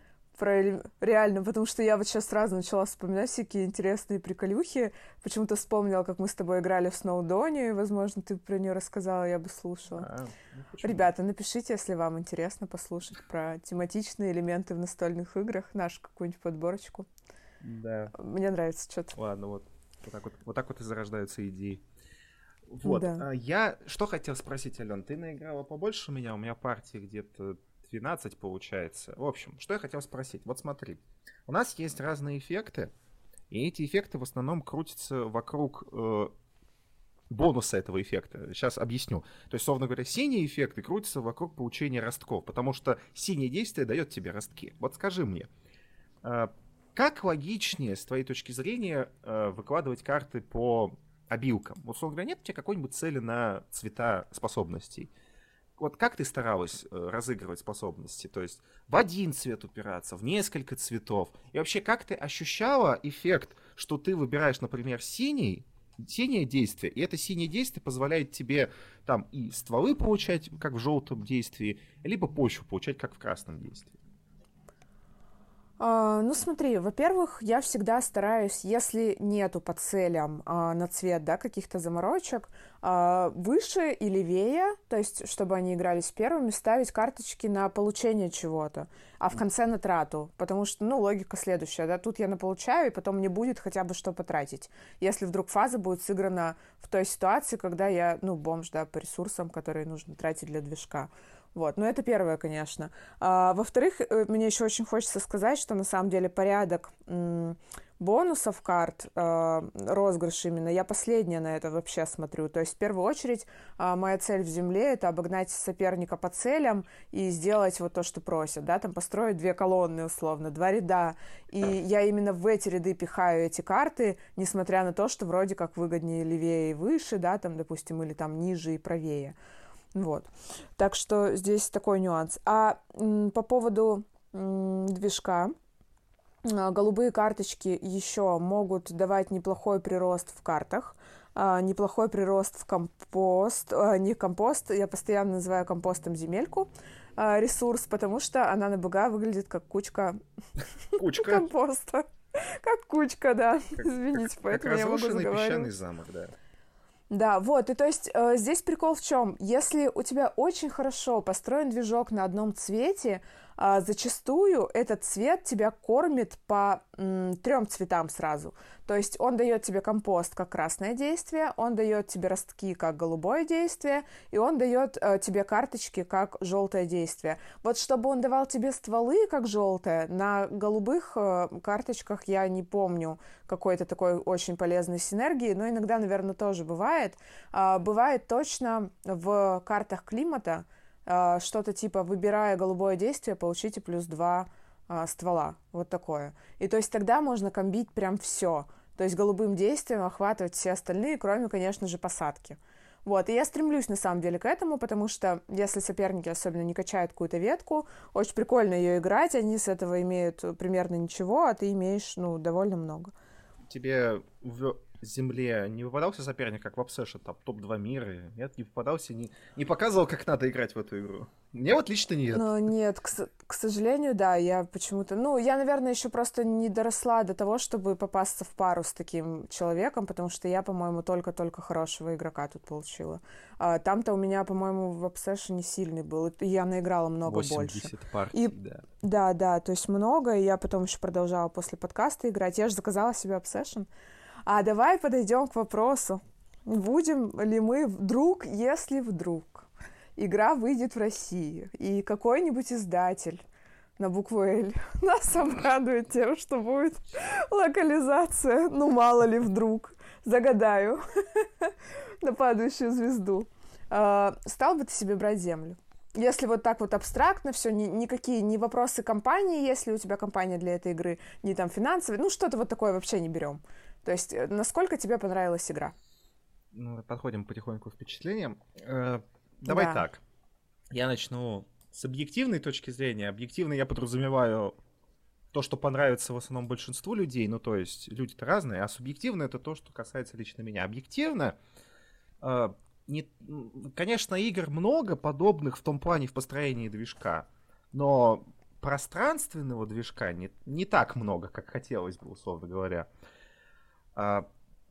Про... Реально, потому что я вот сейчас сразу начала вспоминать всякие интересные приколюхи. Почему-то вспомнила, как мы с тобой играли в Сноудоне. Возможно, ты про нее рассказала, я бы слушала. А, ну, ребята, напишите, если вам интересно послушать про тематичные элементы в настольных играх. Нашу какую-нибудь подборочку. Да. Мне нравится что-то. Ладно, вот. Вот так вот, вот так вот и зарождаются идеи. Вот. Да. А я что хотел спросить, Ален, ты наиграла побольше меня? У меня партии где-то двенадцать получается. В общем, что я хотел спросить. Вот смотри, у нас есть разные эффекты, и эти эффекты в основном крутятся вокруг э, бонуса этого эффекта. Сейчас объясню. То есть, словно говоря, синие эффекты крутятся вокруг получения ростков, потому что синее действие дает тебе ростки. Вот скажи мне, э, как логичнее, с твоей точки зрения, э, выкладывать карты по обилкам? Вот, условно говоря, нет у тебя какой-нибудь цели на цвета способностей? Вот как ты старалась э, разыгрывать способности? То есть в один цвет упираться, в несколько цветов? И вообще, как ты ощущала эффект, что ты выбираешь, например, синий, синее действие, и это синее действие позволяет тебе там и стволы получать, как в желтом действии, либо почву получать, как в красном действии? Uh, ну смотри, во-первых, я всегда стараюсь, если нету по целям uh, на цвет, да, каких-то заморочек, uh, выше и левее, то есть чтобы они игрались первыми, ставить карточки на получение чего-то, а в конце на трату, потому что, ну, логика следующая, да, тут я наполучаю, и потом мне будет хотя бы что потратить, если вдруг фаза будет сыграна в той ситуации, когда я, ну, бомж, да, по ресурсам, которые нужно тратить для движка. Вот, ну это первое, конечно. А, во-вторых, мне еще очень хочется сказать, что на самом деле порядок м- бонусов карт, э, розыгрыш именно, я последняя на это вообще смотрю. То есть в первую очередь э, моя цель в земле — это обогнать соперника по целям и сделать вот то, что просят, да, там построить две колонны условно, два ряда. И я именно в эти ряды пихаю эти карты, несмотря на то, что вроде как выгоднее левее и выше, да, там, допустим, или там ниже и правее. Вот. Так что здесь такой нюанс. А м, по поводу м, движка, а, голубые карточки еще могут давать неплохой прирост в картах, а, неплохой прирост в компост, а, не компост, я постоянно называю компостом земельку, а, ресурс, потому что она на БГ выглядит как кучка Кучка. компоста. Как кучка, да. Как, Извините, как, поэтому как я могу разрушенный заговаривать. песчаный замок, да. Да, вот, и то есть э, здесь прикол в чем? Если у тебя очень хорошо построен движок на одном цвете, а, зачастую этот цвет тебя кормит по м, трем цветам сразу. То есть он дает тебе компост как красное действие, он дает тебе ростки как голубое действие, и он дает э, тебе карточки как желтое действие. Вот чтобы он давал тебе стволы как желтое, на голубых э, карточках я не помню какой-то такой очень полезной синергии, но иногда, наверное, тоже бывает. А, бывает точно в картах климата а, что-то типа «выбирая голубое действие, получите плюс два а, ствола». Вот такое. И то есть тогда можно комбить прям все. То есть голубым действием охватывать все остальные, кроме, конечно же, посадки. Вот, и я стремлюсь, на самом деле, к этому, потому что если соперники особенно не качают какую-то ветку, очень прикольно ее играть, они с этого имеют примерно ничего, а ты имеешь, ну, довольно много. Тебе в земле не попадался соперник, как в Obsession, там, топ два мира? Нет, не попадался, не, не показывал, как надо играть в эту игру? Мне вот лично нет. Ну, нет, к, к сожалению, да, я почему-то... Ну, я, наверное, еще просто не доросла до того, чтобы попасться в пару с таким человеком, потому что я, по-моему, только-только хорошего игрока тут получила. А, там-то у меня, по-моему, в Obsession сильный был, и я наиграла много больше. восемьдесят партий, и, да. Да, да, то есть много, и я потом еще продолжала после подкаста играть. Я же заказала себе Obsession. А давай подойдем к вопросу. Будем ли мы вдруг, если вдруг игра выйдет в России, и какой-нибудь издатель на букву «Л» нас обрадует тем, что будет локализация, ну мало ли вдруг, загадаю, на падающую звезду. Стал бы ты себе брать землю? Если вот так вот абстрактно все, ни, никакие, ни вопросы компании, если у тебя компания для этой игры, ни там финансовые, ну что-то вот такое вообще не берем. То есть, насколько тебе понравилась игра? Ну, подходим потихоньку к впечатлениям. Э, давай Да. так. Я начну с объективной точки зрения. Объективно я подразумеваю то, что понравится в основном большинству людей. Ну, то есть, люди-то разные. А субъективно это то, что касается лично меня. Объективно, э, не, конечно, игр много подобных в том плане в построении движка. Но пространственного движка не, не так много, как хотелось бы, условно говоря. А,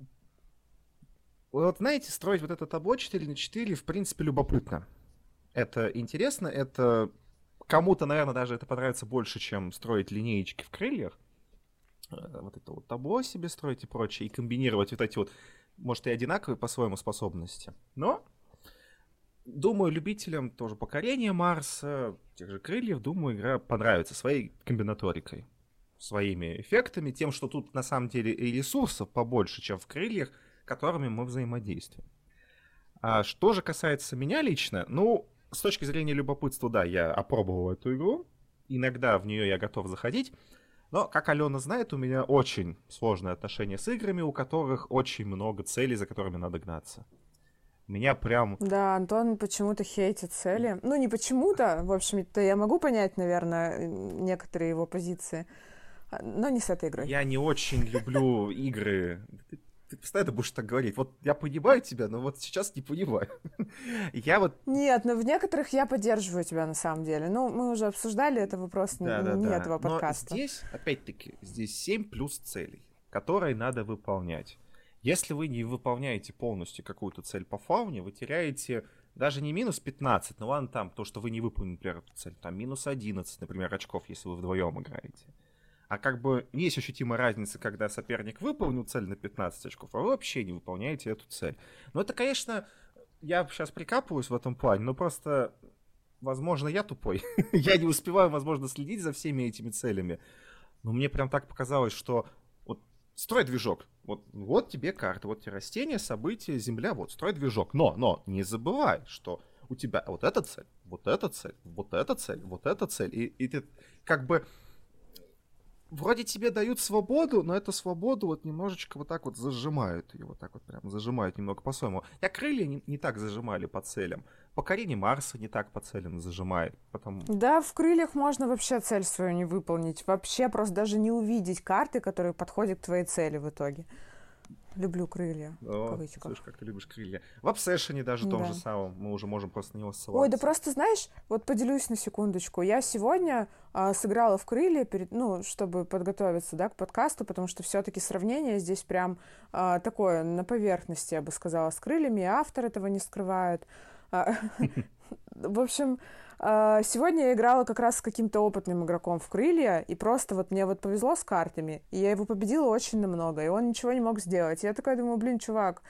вот знаете, строить вот это табло четыре на четыре, в принципе, любопытно. Это интересно, это кому-то, наверное, даже это понравится больше, чем строить линеечки в крыльях. Вот это вот табло себе строить и прочее, и комбинировать вот эти вот, может, и одинаковые по-своему способности. Но, думаю, любителям тоже покорения Марса, тех же крыльев, думаю, игра понравится своей комбинаторикой, своими эффектами, тем, что тут на самом деле и ресурсов побольше, чем в крыльях, которыми мы взаимодействуем. А что же касается меня лично, ну, с точки зрения любопытства, да, я опробовал эту игру, иногда в нее я готов заходить, но, как Алена знает, у меня очень сложное отношение с играми, у которых очень много целей, за которыми надо гнаться. Меня прям... Да, Антон почему-то хейтит цели. Ну, не почему-то, в общем-то, я могу понять, наверное, некоторые его позиции, но не с этой игрой. Я не очень люблю игры... Ты постоянно будешь так говорить. Вот я понимаю тебя, но вот сейчас не понимаю. Я вот... Нет, но в некоторых я поддерживаю тебя на самом деле. Ну, мы уже обсуждали это, вопрос да, не, да, не да. этого подкаста. Но здесь, опять-таки, здесь семь плюс целей, которые надо выполнять. Если вы не выполняете полностью какую-то цель по фауне, вы теряете даже не минус пятнадцать, ну ладно там, то, что вы не выполнили, например, эту цель, там минус одиннадцать, например, очков, если вы вдвоем играете. А как бы есть ощутимая разница, когда соперник выполнил цель на пятнадцать очков, а вы вообще не выполняете эту цель. Но это, конечно, я сейчас прикапываюсь в этом плане, но просто, возможно, я тупой. Я не успеваю, возможно, следить за всеми этими целями. Но мне прям так показалось, что вот строй движок. Вот, вот тебе карта, вот тебе растения, события, земля, вот, строй движок. Но, но, не забывай, что у тебя вот эта цель, вот эта цель, вот эта цель, вот эта цель. И, и ты как бы... Вроде тебе дают свободу, но эту свободу вот немножечко вот так вот зажимают ее, вот так вот прям зажимают немного по-своему. Я крылья не, не так зажимали по целям. Покорение Марса не так по целям зажимает. Потому... Да, в крыльях можно вообще цель свою не выполнить. Вообще просто даже не увидеть карты, которые подходят к твоей цели в итоге. Люблю крылья. О, слушай, как ты любишь крылья. В Obsession даже да. том же самом мы уже можем просто на него ссылаться. Ой, да просто, знаешь, вот поделюсь на секундочку. Я сегодня а, сыграла в крылья, перед, ну, чтобы подготовиться, да, к подкасту, потому что все-таки сравнение здесь прям а, такое на поверхности, я бы сказала, с крыльями, и автор этого не скрывает. В общем, а, сегодня я играла как раз с каким-то опытным игроком в крылья, и просто вот мне вот повезло с картами, и я его победила очень намного, и он ничего не мог сделать. Я такая думаю, блин, чувак,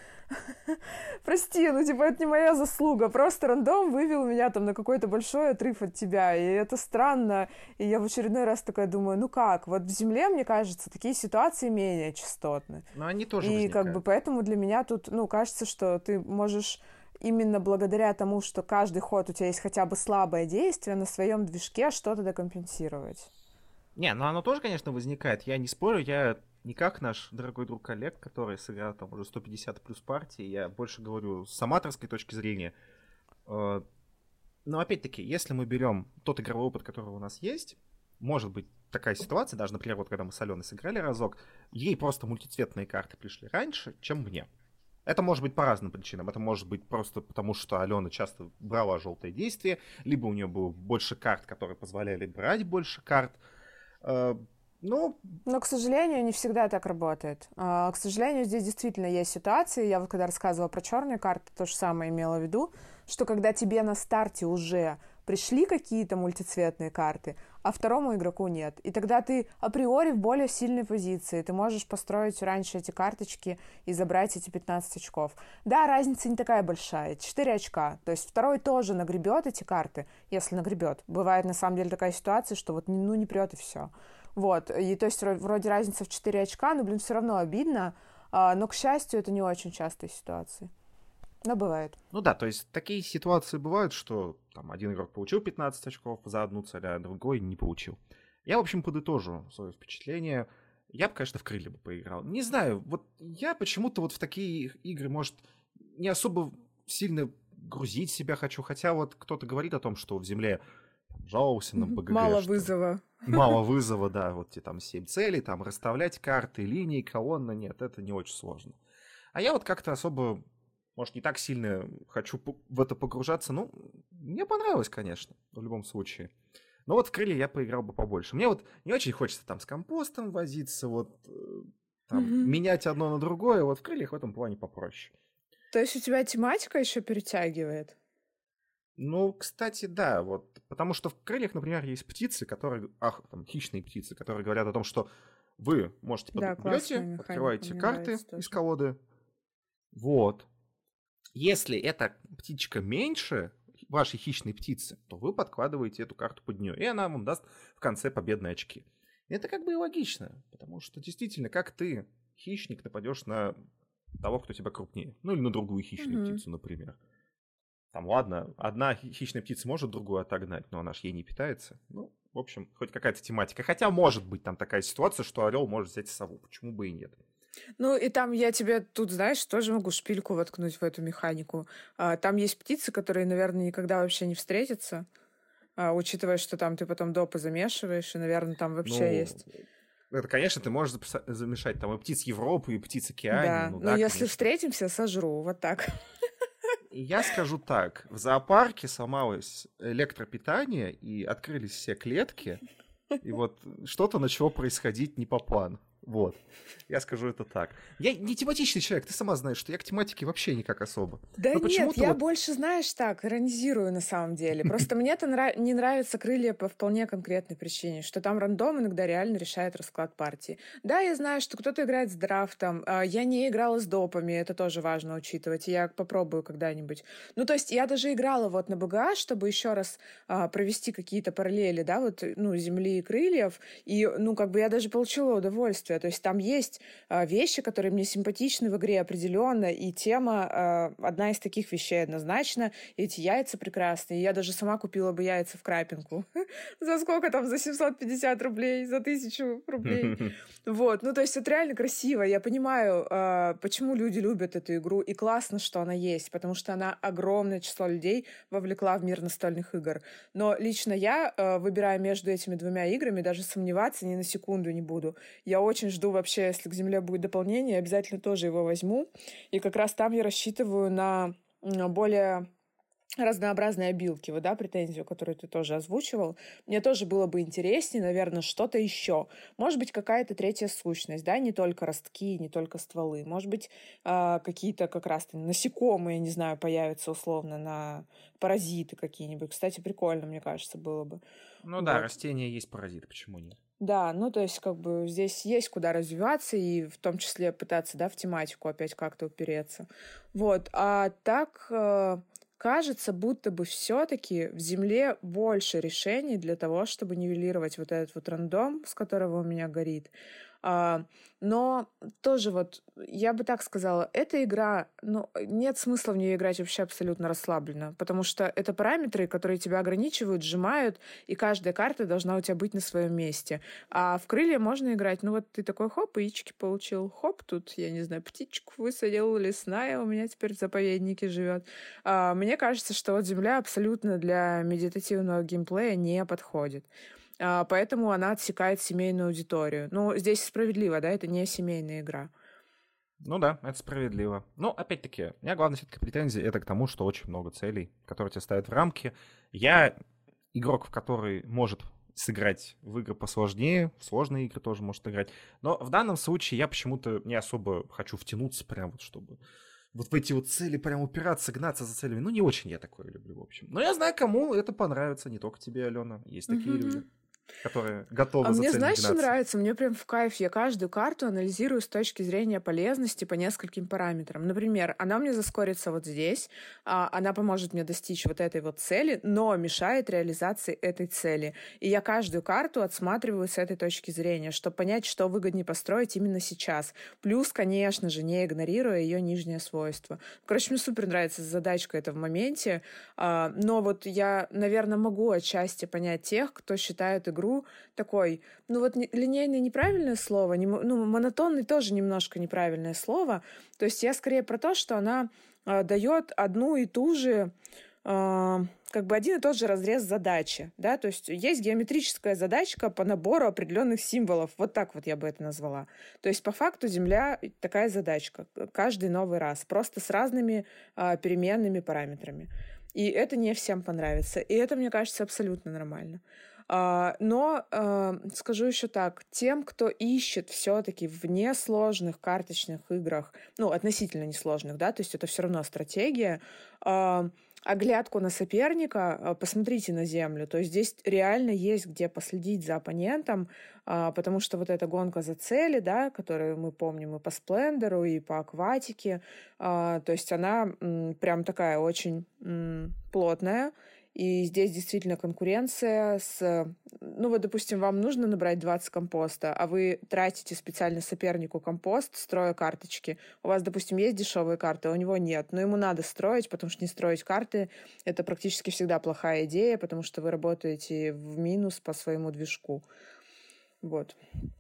прости, ну типа это не моя заслуга, просто рандом вывел меня там на какой-то большой отрыв от тебя, и это странно. И я в очередной раз такая думаю, ну как, вот в земле, мне кажется, такие ситуации менее частотны. Но они тоже И возникают. как бы поэтому для меня тут, ну, кажется, что ты можешь именно благодаря тому, что каждый ход у тебя есть хотя бы слабое действие, на своем движке что-то докомпенсировать. Не, ну оно тоже, конечно, возникает. Я не спорю, я не как наш дорогой друг Олег, который сыграл там уже сто пятьдесят плюс партий, я больше говорю с аматорской точки зрения. Э, Но опять-таки, если мы берем тот игровой опыт, который у нас есть, может быть такая ситуация, даже, например, вот когда мы с Аленой сыграли разок, ей просто мультицветные карты пришли раньше, чем мне. Это может быть по разным причинам. Это может быть просто потому, что Алена часто брала желтые действия, либо у нее было больше карт, которые позволяли брать больше карт. Э, Ну, Но, к сожалению, не всегда так работает. А, К сожалению, здесь действительно есть ситуации. Я вот когда рассказывала про черные карты, то же самое имела в виду, что когда тебе на старте уже пришли какие-то мультицветные карты, а второму игроку нет. И тогда ты априори в более сильной позиции. Ты можешь построить раньше эти карточки и забрать эти пятнадцать очков. Да, разница не такая большая. четыре очка. То есть второй тоже нагребет эти карты, если нагребет. Бывает на самом деле такая ситуация, что вот ну не прет и все. Вот, и то есть вроде разница в четыре очка, но, блин, все равно обидно, а, но, к счастью, это не очень частые ситуации. Но бывает. ну да, то есть такие ситуации бывают, что там один игрок получил пятнадцать очков за одну цель, а другой не получил. Я, в общем, подытожу свое впечатление. Я бы, конечно, в крылья бы поиграл. Не знаю, вот я почему-то вот в такие игры, может, не особо сильно грузить себя хочу, хотя вот кто-то говорит о том, что в земле там, жаловался на БГГ, Мало что вызова. мало вызова, да, вот те там семь целей, там расставлять карты, линии, колонны, нет, это не очень сложно. А я вот как-то особо, может, не так сильно хочу п- в это погружаться, ну, мне понравилось, конечно, в любом случае. Но вот в крылья я поиграл бы побольше. Мне вот не очень хочется там с компостом возиться, вот э, там Мгм. менять одно на другое, вот в крыльях в этом плане попроще. То есть у тебя тематика еще перетягивает? Ну, кстати, да, вот, потому что в крыльях, например, есть птицы, которые, ах, там, хищные птицы, которые говорят о том, что вы можете, под... Да, классная берете, механика, открываете мне карты нравится из тоже. колоды, вот. Если эта птичка меньше вашей хищной птицы, то вы подкладываете эту карту под нее, и она вам даст в конце победные очки. И это как бы и логично, потому что действительно, как ты, хищник, нападешь на того, кто тебя крупнее, ну или на другую хищную Мгм. птицу, например. Там, ладно, одна хи- хищная птица может другую отогнать, но она ж ей не питается. Ну, в общем, хоть какая-то тематика. Хотя может быть там такая ситуация, что орел может взять сову. Почему бы и нет? Ну, и там я тебе тут, знаешь, тоже могу шпильку воткнуть в эту механику. А, Там есть птицы, которые, наверное, никогда вообще не встретятся, а, учитывая, что там ты потом допы замешиваешь, и, наверное, там вообще Ну, есть. это, конечно, ты можешь записа- замешать там и птиц Европы, и птиц Океании. Да, Ну но да, если конечно. встретимся, сожру, вот так. И я скажу так. В зоопарке сломалось электропитание, и открылись все клетки, и вот что-то начало происходить не по плану. Вот. Я скажу это так. Я не тематичный человек, ты сама знаешь, что я к тематике вообще никак особо. Да Но нет, почему-то я вот... больше, знаешь, так, иронизирую на самом деле. Просто мне-то нра- не нравятся крылья по вполне конкретной причине, что там рандом иногда реально решает расклад партии. Да, я знаю, что кто-то играет с драфтом, а, я не играла с допами, это тоже важно учитывать, и я попробую когда-нибудь. Ну, то есть я даже играла вот на БГА, чтобы еще раз а, провести какие-то параллели, да, вот, ну, земли и крыльев, и, ну, как бы я даже получила удовольствие. То есть там есть а, вещи, которые мне симпатичны в игре определенно, и тема а, одна из таких вещей однозначно. Эти яйца прекрасные. Я даже сама купила бы яйца в крапинку. За сколько там? За семьсот пятьдесят рублей? За тысячу рублей? Вот. Ну, то есть это реально красиво. Я понимаю, а, почему люди любят эту игру, и классно, что она есть, потому что она огромное число людей вовлекла в мир настольных игр. Но лично я, а, выбирая между этими двумя играми, даже сомневаться ни на секунду не буду. Я очень жду вообще, если к «Земле» будет дополнение, обязательно тоже его возьму. И как раз там я рассчитываю на м, более разнообразной обилки, вот, да, претензию, которую ты тоже озвучивал. Мне тоже было бы интереснее, наверное, что-то еще. Может быть, какая-то третья сущность, да, не только ростки, не только стволы. Может быть, а, какие-то как раз насекомые, не знаю, появятся условно на паразиты какие-нибудь. Кстати, прикольно, мне кажется, было бы. Ну да, Вот. растения есть паразиты, почему нет? Да, ну то есть как бы здесь есть куда развиваться и в том числе пытаться, да, в тематику опять как-то упереться. Вот, а так э, кажется, будто бы все-таки в Земле больше решений для того, чтобы нивелировать вот этот вот рандом, с которого у меня горит. А, но тоже вот, я бы так сказала, эта игра, ну, нет смысла в нее играть вообще абсолютно расслабленно, потому что это параметры, которые тебя ограничивают, сжимают, и каждая карта должна у тебя быть на своем месте. А в крылья можно играть, ну вот ты такой хоп, яички получил, хоп, тут, я не знаю, птичку высадил, лесная у меня теперь в заповеднике живет. А, мне кажется, что вот Земля абсолютно для медитативного геймплея не подходит. А, поэтому она отсекает семейную аудиторию. Ну, здесь справедливо, да, это не семейная игра. Ну да, это справедливо. Но, опять-таки, у меня главная все-таки претензия это к тому, что очень много целей, которые тебя ставят в рамки. Я игрок, в который может сыграть в игры посложнее, в сложные игры тоже может играть. Но в данном случае я почему-то не особо хочу втянуться прям вот, чтобы вот в эти вот цели прям упираться, гнаться за целями. Ну, не очень я такое люблю, в общем. Но я знаю, кому это понравится, не только тебе, Алена. Есть такие Мгм. люди, которые А готовы за мне, целью знаешь, что гнаться. нравится? Мне прям в кайф. Я каждую карту анализирую с точки зрения полезности по нескольким параметрам. Например, она мне заскорится вот здесь, а, она поможет мне достичь вот этой вот цели, но мешает реализации этой цели. И я каждую карту отсматриваю с этой точки зрения, чтобы понять, что выгоднее построить именно сейчас. Плюс, конечно же, не игнорируя ее нижнее свойство. Короче, мне супер нравится задачка эта в моменте, а, но вот я, наверное, могу отчасти понять тех, кто считает игру такой, ну вот не, линейный неправильное слово, не, ну монотонный тоже немножко неправильное слово. То есть я скорее про то, что она э, дает одну и ту же, э, как бы один и тот же разрез задачи, да, то есть есть геометрическая задачка по набору определенных символов, вот так вот я бы это назвала. То есть по факту Земля такая задачка каждый новый раз, просто с разными э, переменными параметрами. И это не всем понравится. И это, мне кажется, абсолютно нормально. А, но а, скажу еще так, тем, кто ищет все-таки в несложных карточных играх, ну, относительно несложных, да, то есть это все равно стратегия, а, оглядку на соперника, а, посмотрите на землю. То есть здесь реально есть где последить за оппонентом, а, потому что вот эта гонка за цели, да, которую мы помним и по Сплендеру, и по Акватике, а, то есть она м, прям такая очень м, плотная. И здесь действительно конкуренция с... Ну вот, допустим, вам нужно набрать двадцать компоста, а вы тратите специально сопернику компост, строя карточки. У вас, допустим, есть дешевые карты, а у него нет. Но ему надо строить, потому что не строить карты — это практически всегда плохая идея, потому что вы работаете в минус по своему движку. Вот.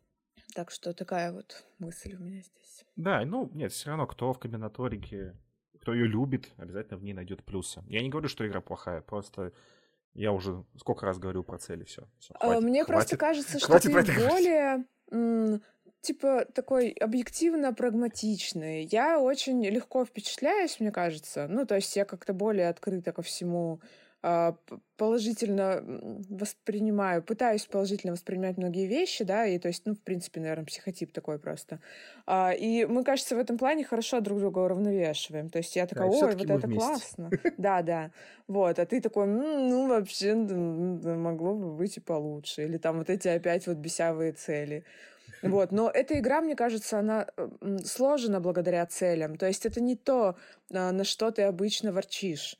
Так что такая вот мысль у меня здесь. Да, ну, нет, все равно, кто в комбинаторике, кто ее любит, обязательно в ней найдет плюсы. Я не говорю, что игра плохая, просто я уже сколько раз говорил про цели, все, все, А, хватит, Мне просто хватит, кажется, что хватит про ты это говорить. более м, типа такой объективно прагматичный. Я очень легко впечатляюсь, мне кажется. Ну, то есть я как-то более открыта ко всему, а, п- положительно м, воспринимаю, пытаюсь положительно воспринимать многие вещи, да, и то есть, ну, в принципе, наверное, психотип такой просто. А, и мы, кажется, в этом плане хорошо друг друга уравновешиваем. То есть я Да, такая, и ой, все-таки вот мы это вместе. классно. Да, да. Вот, а ты такой, «М, ну, вообще, м, да, могло бы быть и получше. Или там вот эти опять вот бесявые цели. Вот, но эта игра, мне кажется, она э, м, сложена благодаря целям. То есть это не то, а, на что ты обычно ворчишь.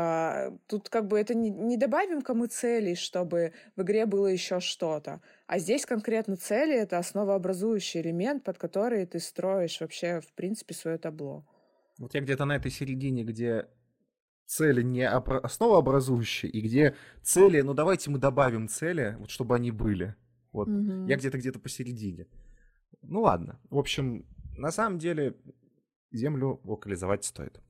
А, тут как бы это не, не добавим-ка мы целей, чтобы в игре было еще что-то. А здесь конкретно цели — это основообразующий элемент, под который ты строишь вообще, в принципе, свое табло. Вот я где-то на этой середине, где цели не опро- основообразующие, и где цели, ну давайте мы добавим цели, вот чтобы они были. Вот я Мгм. где-то где-то посередине. Ну ладно. В общем, на самом деле землю локализовать стоит.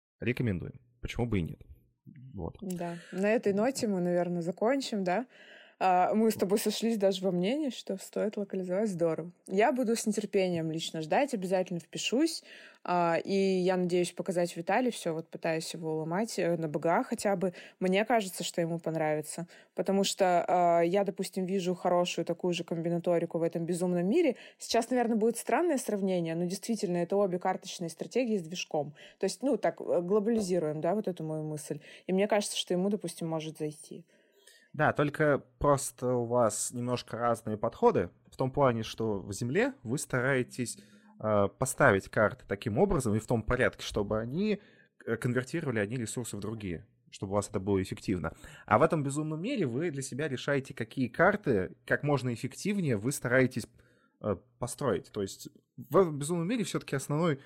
Рекомендуем. Почему бы и нет? Вот. Да. На этой ноте мы, наверное, закончим, да? А, мы с тобой сошлись даже во мнении, что стоит локализовать. Здорово. Я буду с нетерпением лично ждать, обязательно впишусь. А, и я надеюсь показать Виталию все, вот пытаюсь его уломать э, на БГА хотя бы. Мне кажется, что ему понравится. Потому что а, я, допустим, вижу хорошую такую же комбинаторику в этом безумном мире. Сейчас, наверное, будет странное сравнение, но действительно это обе карточные стратегии с движком. То есть, ну, так, глобализируем, да, вот эту мою мысль. И мне кажется, что ему, допустим, может зайти. Да, только просто у вас немножко разные подходы в том плане, что в Земле вы стараетесь э, поставить карты таким образом и в том порядке, чтобы они э, конвертировали одни ресурсы в другие, чтобы у вас это было эффективно. А в этом безумном мире вы для себя решаете, какие карты как можно эффективнее вы стараетесь э, построить. То есть в этом безумном мире все-таки основной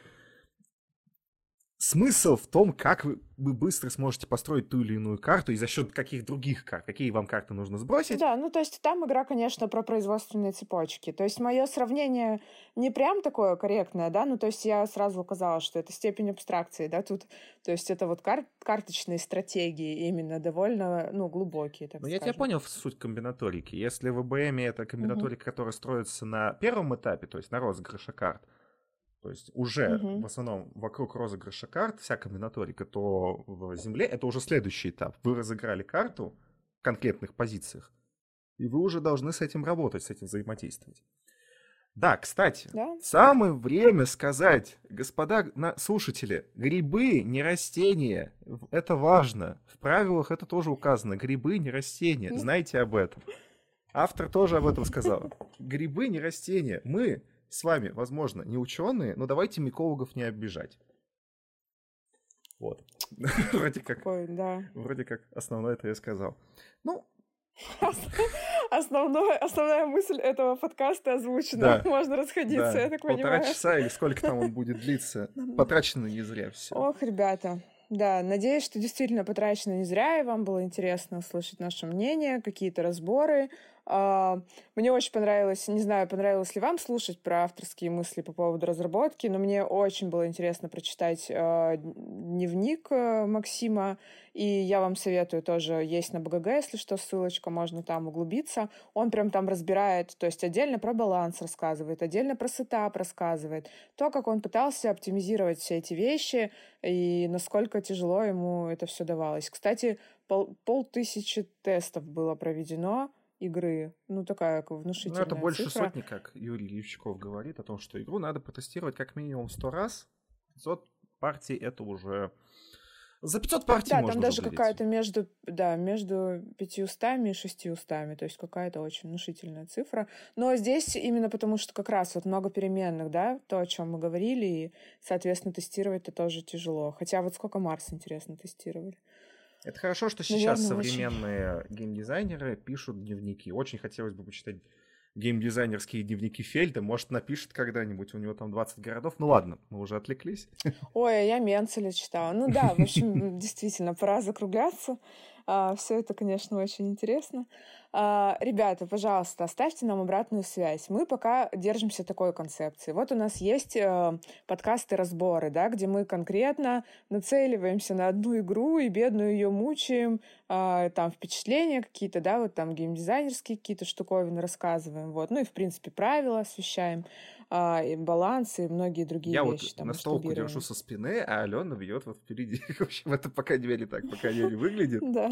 смысл в том, как вы, вы быстро сможете построить ту или иную карту и за счет каких других карт, какие вам карты нужно сбросить. Да, ну то есть там игра, конечно, про производственные цепочки. То есть мое сравнение не прям такое корректное, да, ну то есть я сразу указала, что это степень абстракции, да, тут, то есть это вот кар- карточные стратегии именно довольно, ну, глубокие, так Ну, скажем. я тебя понял в суть комбинаторики. Если в ВБМ это комбинаторика, угу. которая строится на первом этапе, то есть на розыгрыше карт, то есть уже угу. в основном вокруг розыгрыша карт вся комбинаторика, то в Земле это уже следующий этап. Вы разыграли карту в конкретных позициях, и вы уже должны с этим работать, с этим взаимодействовать. Да, кстати, да? самое время сказать, господа слушатели, грибы не растения, это важно. В правилах это тоже указано, грибы не растения, знайте об этом. Автор тоже об этом сказал. Грибы не растения, мы... с вами, возможно, не ученые, но давайте микологов не обижать. Вот. Вроде как, Ой, да. вроде как основное это я сказал. Ну, Основное, основная мысль этого подкаста озвучена. Да, Можно расходиться, да. я так Полтора понимаю. Полтора часа или сколько там он будет длиться. Потрачено не зря все. Ох, ребята. Да, надеюсь, что действительно потрачено не зря, и вам было интересно услышать наше мнение, какие-то разборы. Мне очень понравилось, не знаю, понравилось ли вам слушать про авторские мысли по поводу разработки, но мне очень было интересно прочитать дневник Максима, и я вам советую тоже, есть на БГГ, если что, ссылочка, можно там углубиться. Он прям там разбирает, то есть отдельно про баланс рассказывает, отдельно про сетап рассказывает, то, как он пытался оптимизировать все эти вещи и насколько тяжело ему это все давалось. Кстати, пол, полтысячи тестов было проведено игры. Ну, такая как внушительная цифра. Ну, это больше цифра. сотни, как Юрий Ющиков говорит, о том, что игру надо протестировать как минимум сто раз. пятьсот партий это уже... За пятьсот партий да, можно там даже выглядеть. какая-то между, да, между пятьюстами и шестьюстами, то есть какая-то очень внушительная цифра. Но здесь именно потому, что как раз вот много переменных, да, то, о чем мы говорили, и, соответственно, тестировать это тоже тяжело. Хотя вот сколько Марс, интересно, тестировали. Это хорошо, что сейчас Наверное, современные очень... геймдизайнеры пишут дневники. Очень хотелось бы почитать геймдизайнерские дневники Фельда. Может, напишет когда-нибудь. У него там двадцать городов. Ну ладно, мы уже отвлеклись. Ой, я Менцеля читала. Ну да, в общем, действительно, пора закругляться. Все это, конечно, очень интересно. Ребята, пожалуйста, оставьте нам обратную связь. Мы пока держимся такой концепции. Вот у нас есть подкасты-разборы, да, где мы конкретно нацеливаемся на одну игру и бедную ее мучаем, там впечатления какие-то, да, вот там геймдизайнерские какие-то штуковины рассказываем, вот, ну и, в принципе, правила освещаем, и баланс, и многие другие Я вещи. Я вот там, на столку держу со спины, а Алена бьет вот впереди. В общем, это по крайней мере так, по крайней мере, выглядит. Да.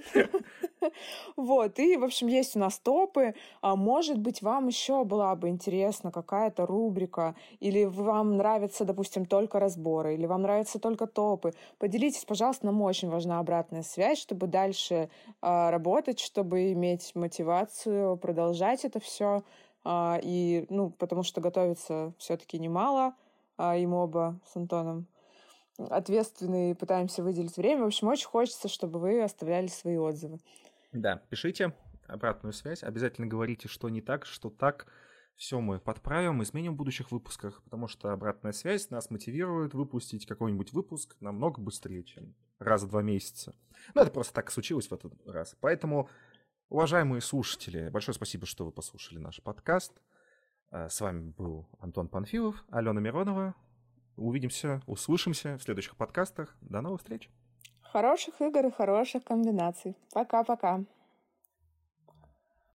Вот, и, в общем, есть у нас топы. А может быть, вам еще была бы интересна какая-то рубрика, или вам нравятся, допустим, только разборы, или вам нравятся только топы. Поделитесь, пожалуйста, нам очень важна обратная связь, чтобы дальше а, работать, чтобы иметь мотивацию продолжать это все. А, и, ну, потому что готовится все-таки немало, а, им оба с Антоном ответственные, пытаемся выделить время. В общем, очень хочется, чтобы вы оставляли свои отзывы. Да, пишите обратную связь. Обязательно говорите, что не так, что так. Все мы подправим, изменим в будущих выпусках, потому что обратная связь нас мотивирует выпустить какой-нибудь выпуск намного быстрее, чем раз в два месяца. Ну, это просто так случилось в этот раз. Поэтому, уважаемые слушатели, большое спасибо, что вы послушали наш подкаст. С вами был Антон Панфилов, Алена Миронова. Увидимся, услышимся в следующих подкастах. До новых встреч. Хороших игр и хороших комбинаций. Пока-пока.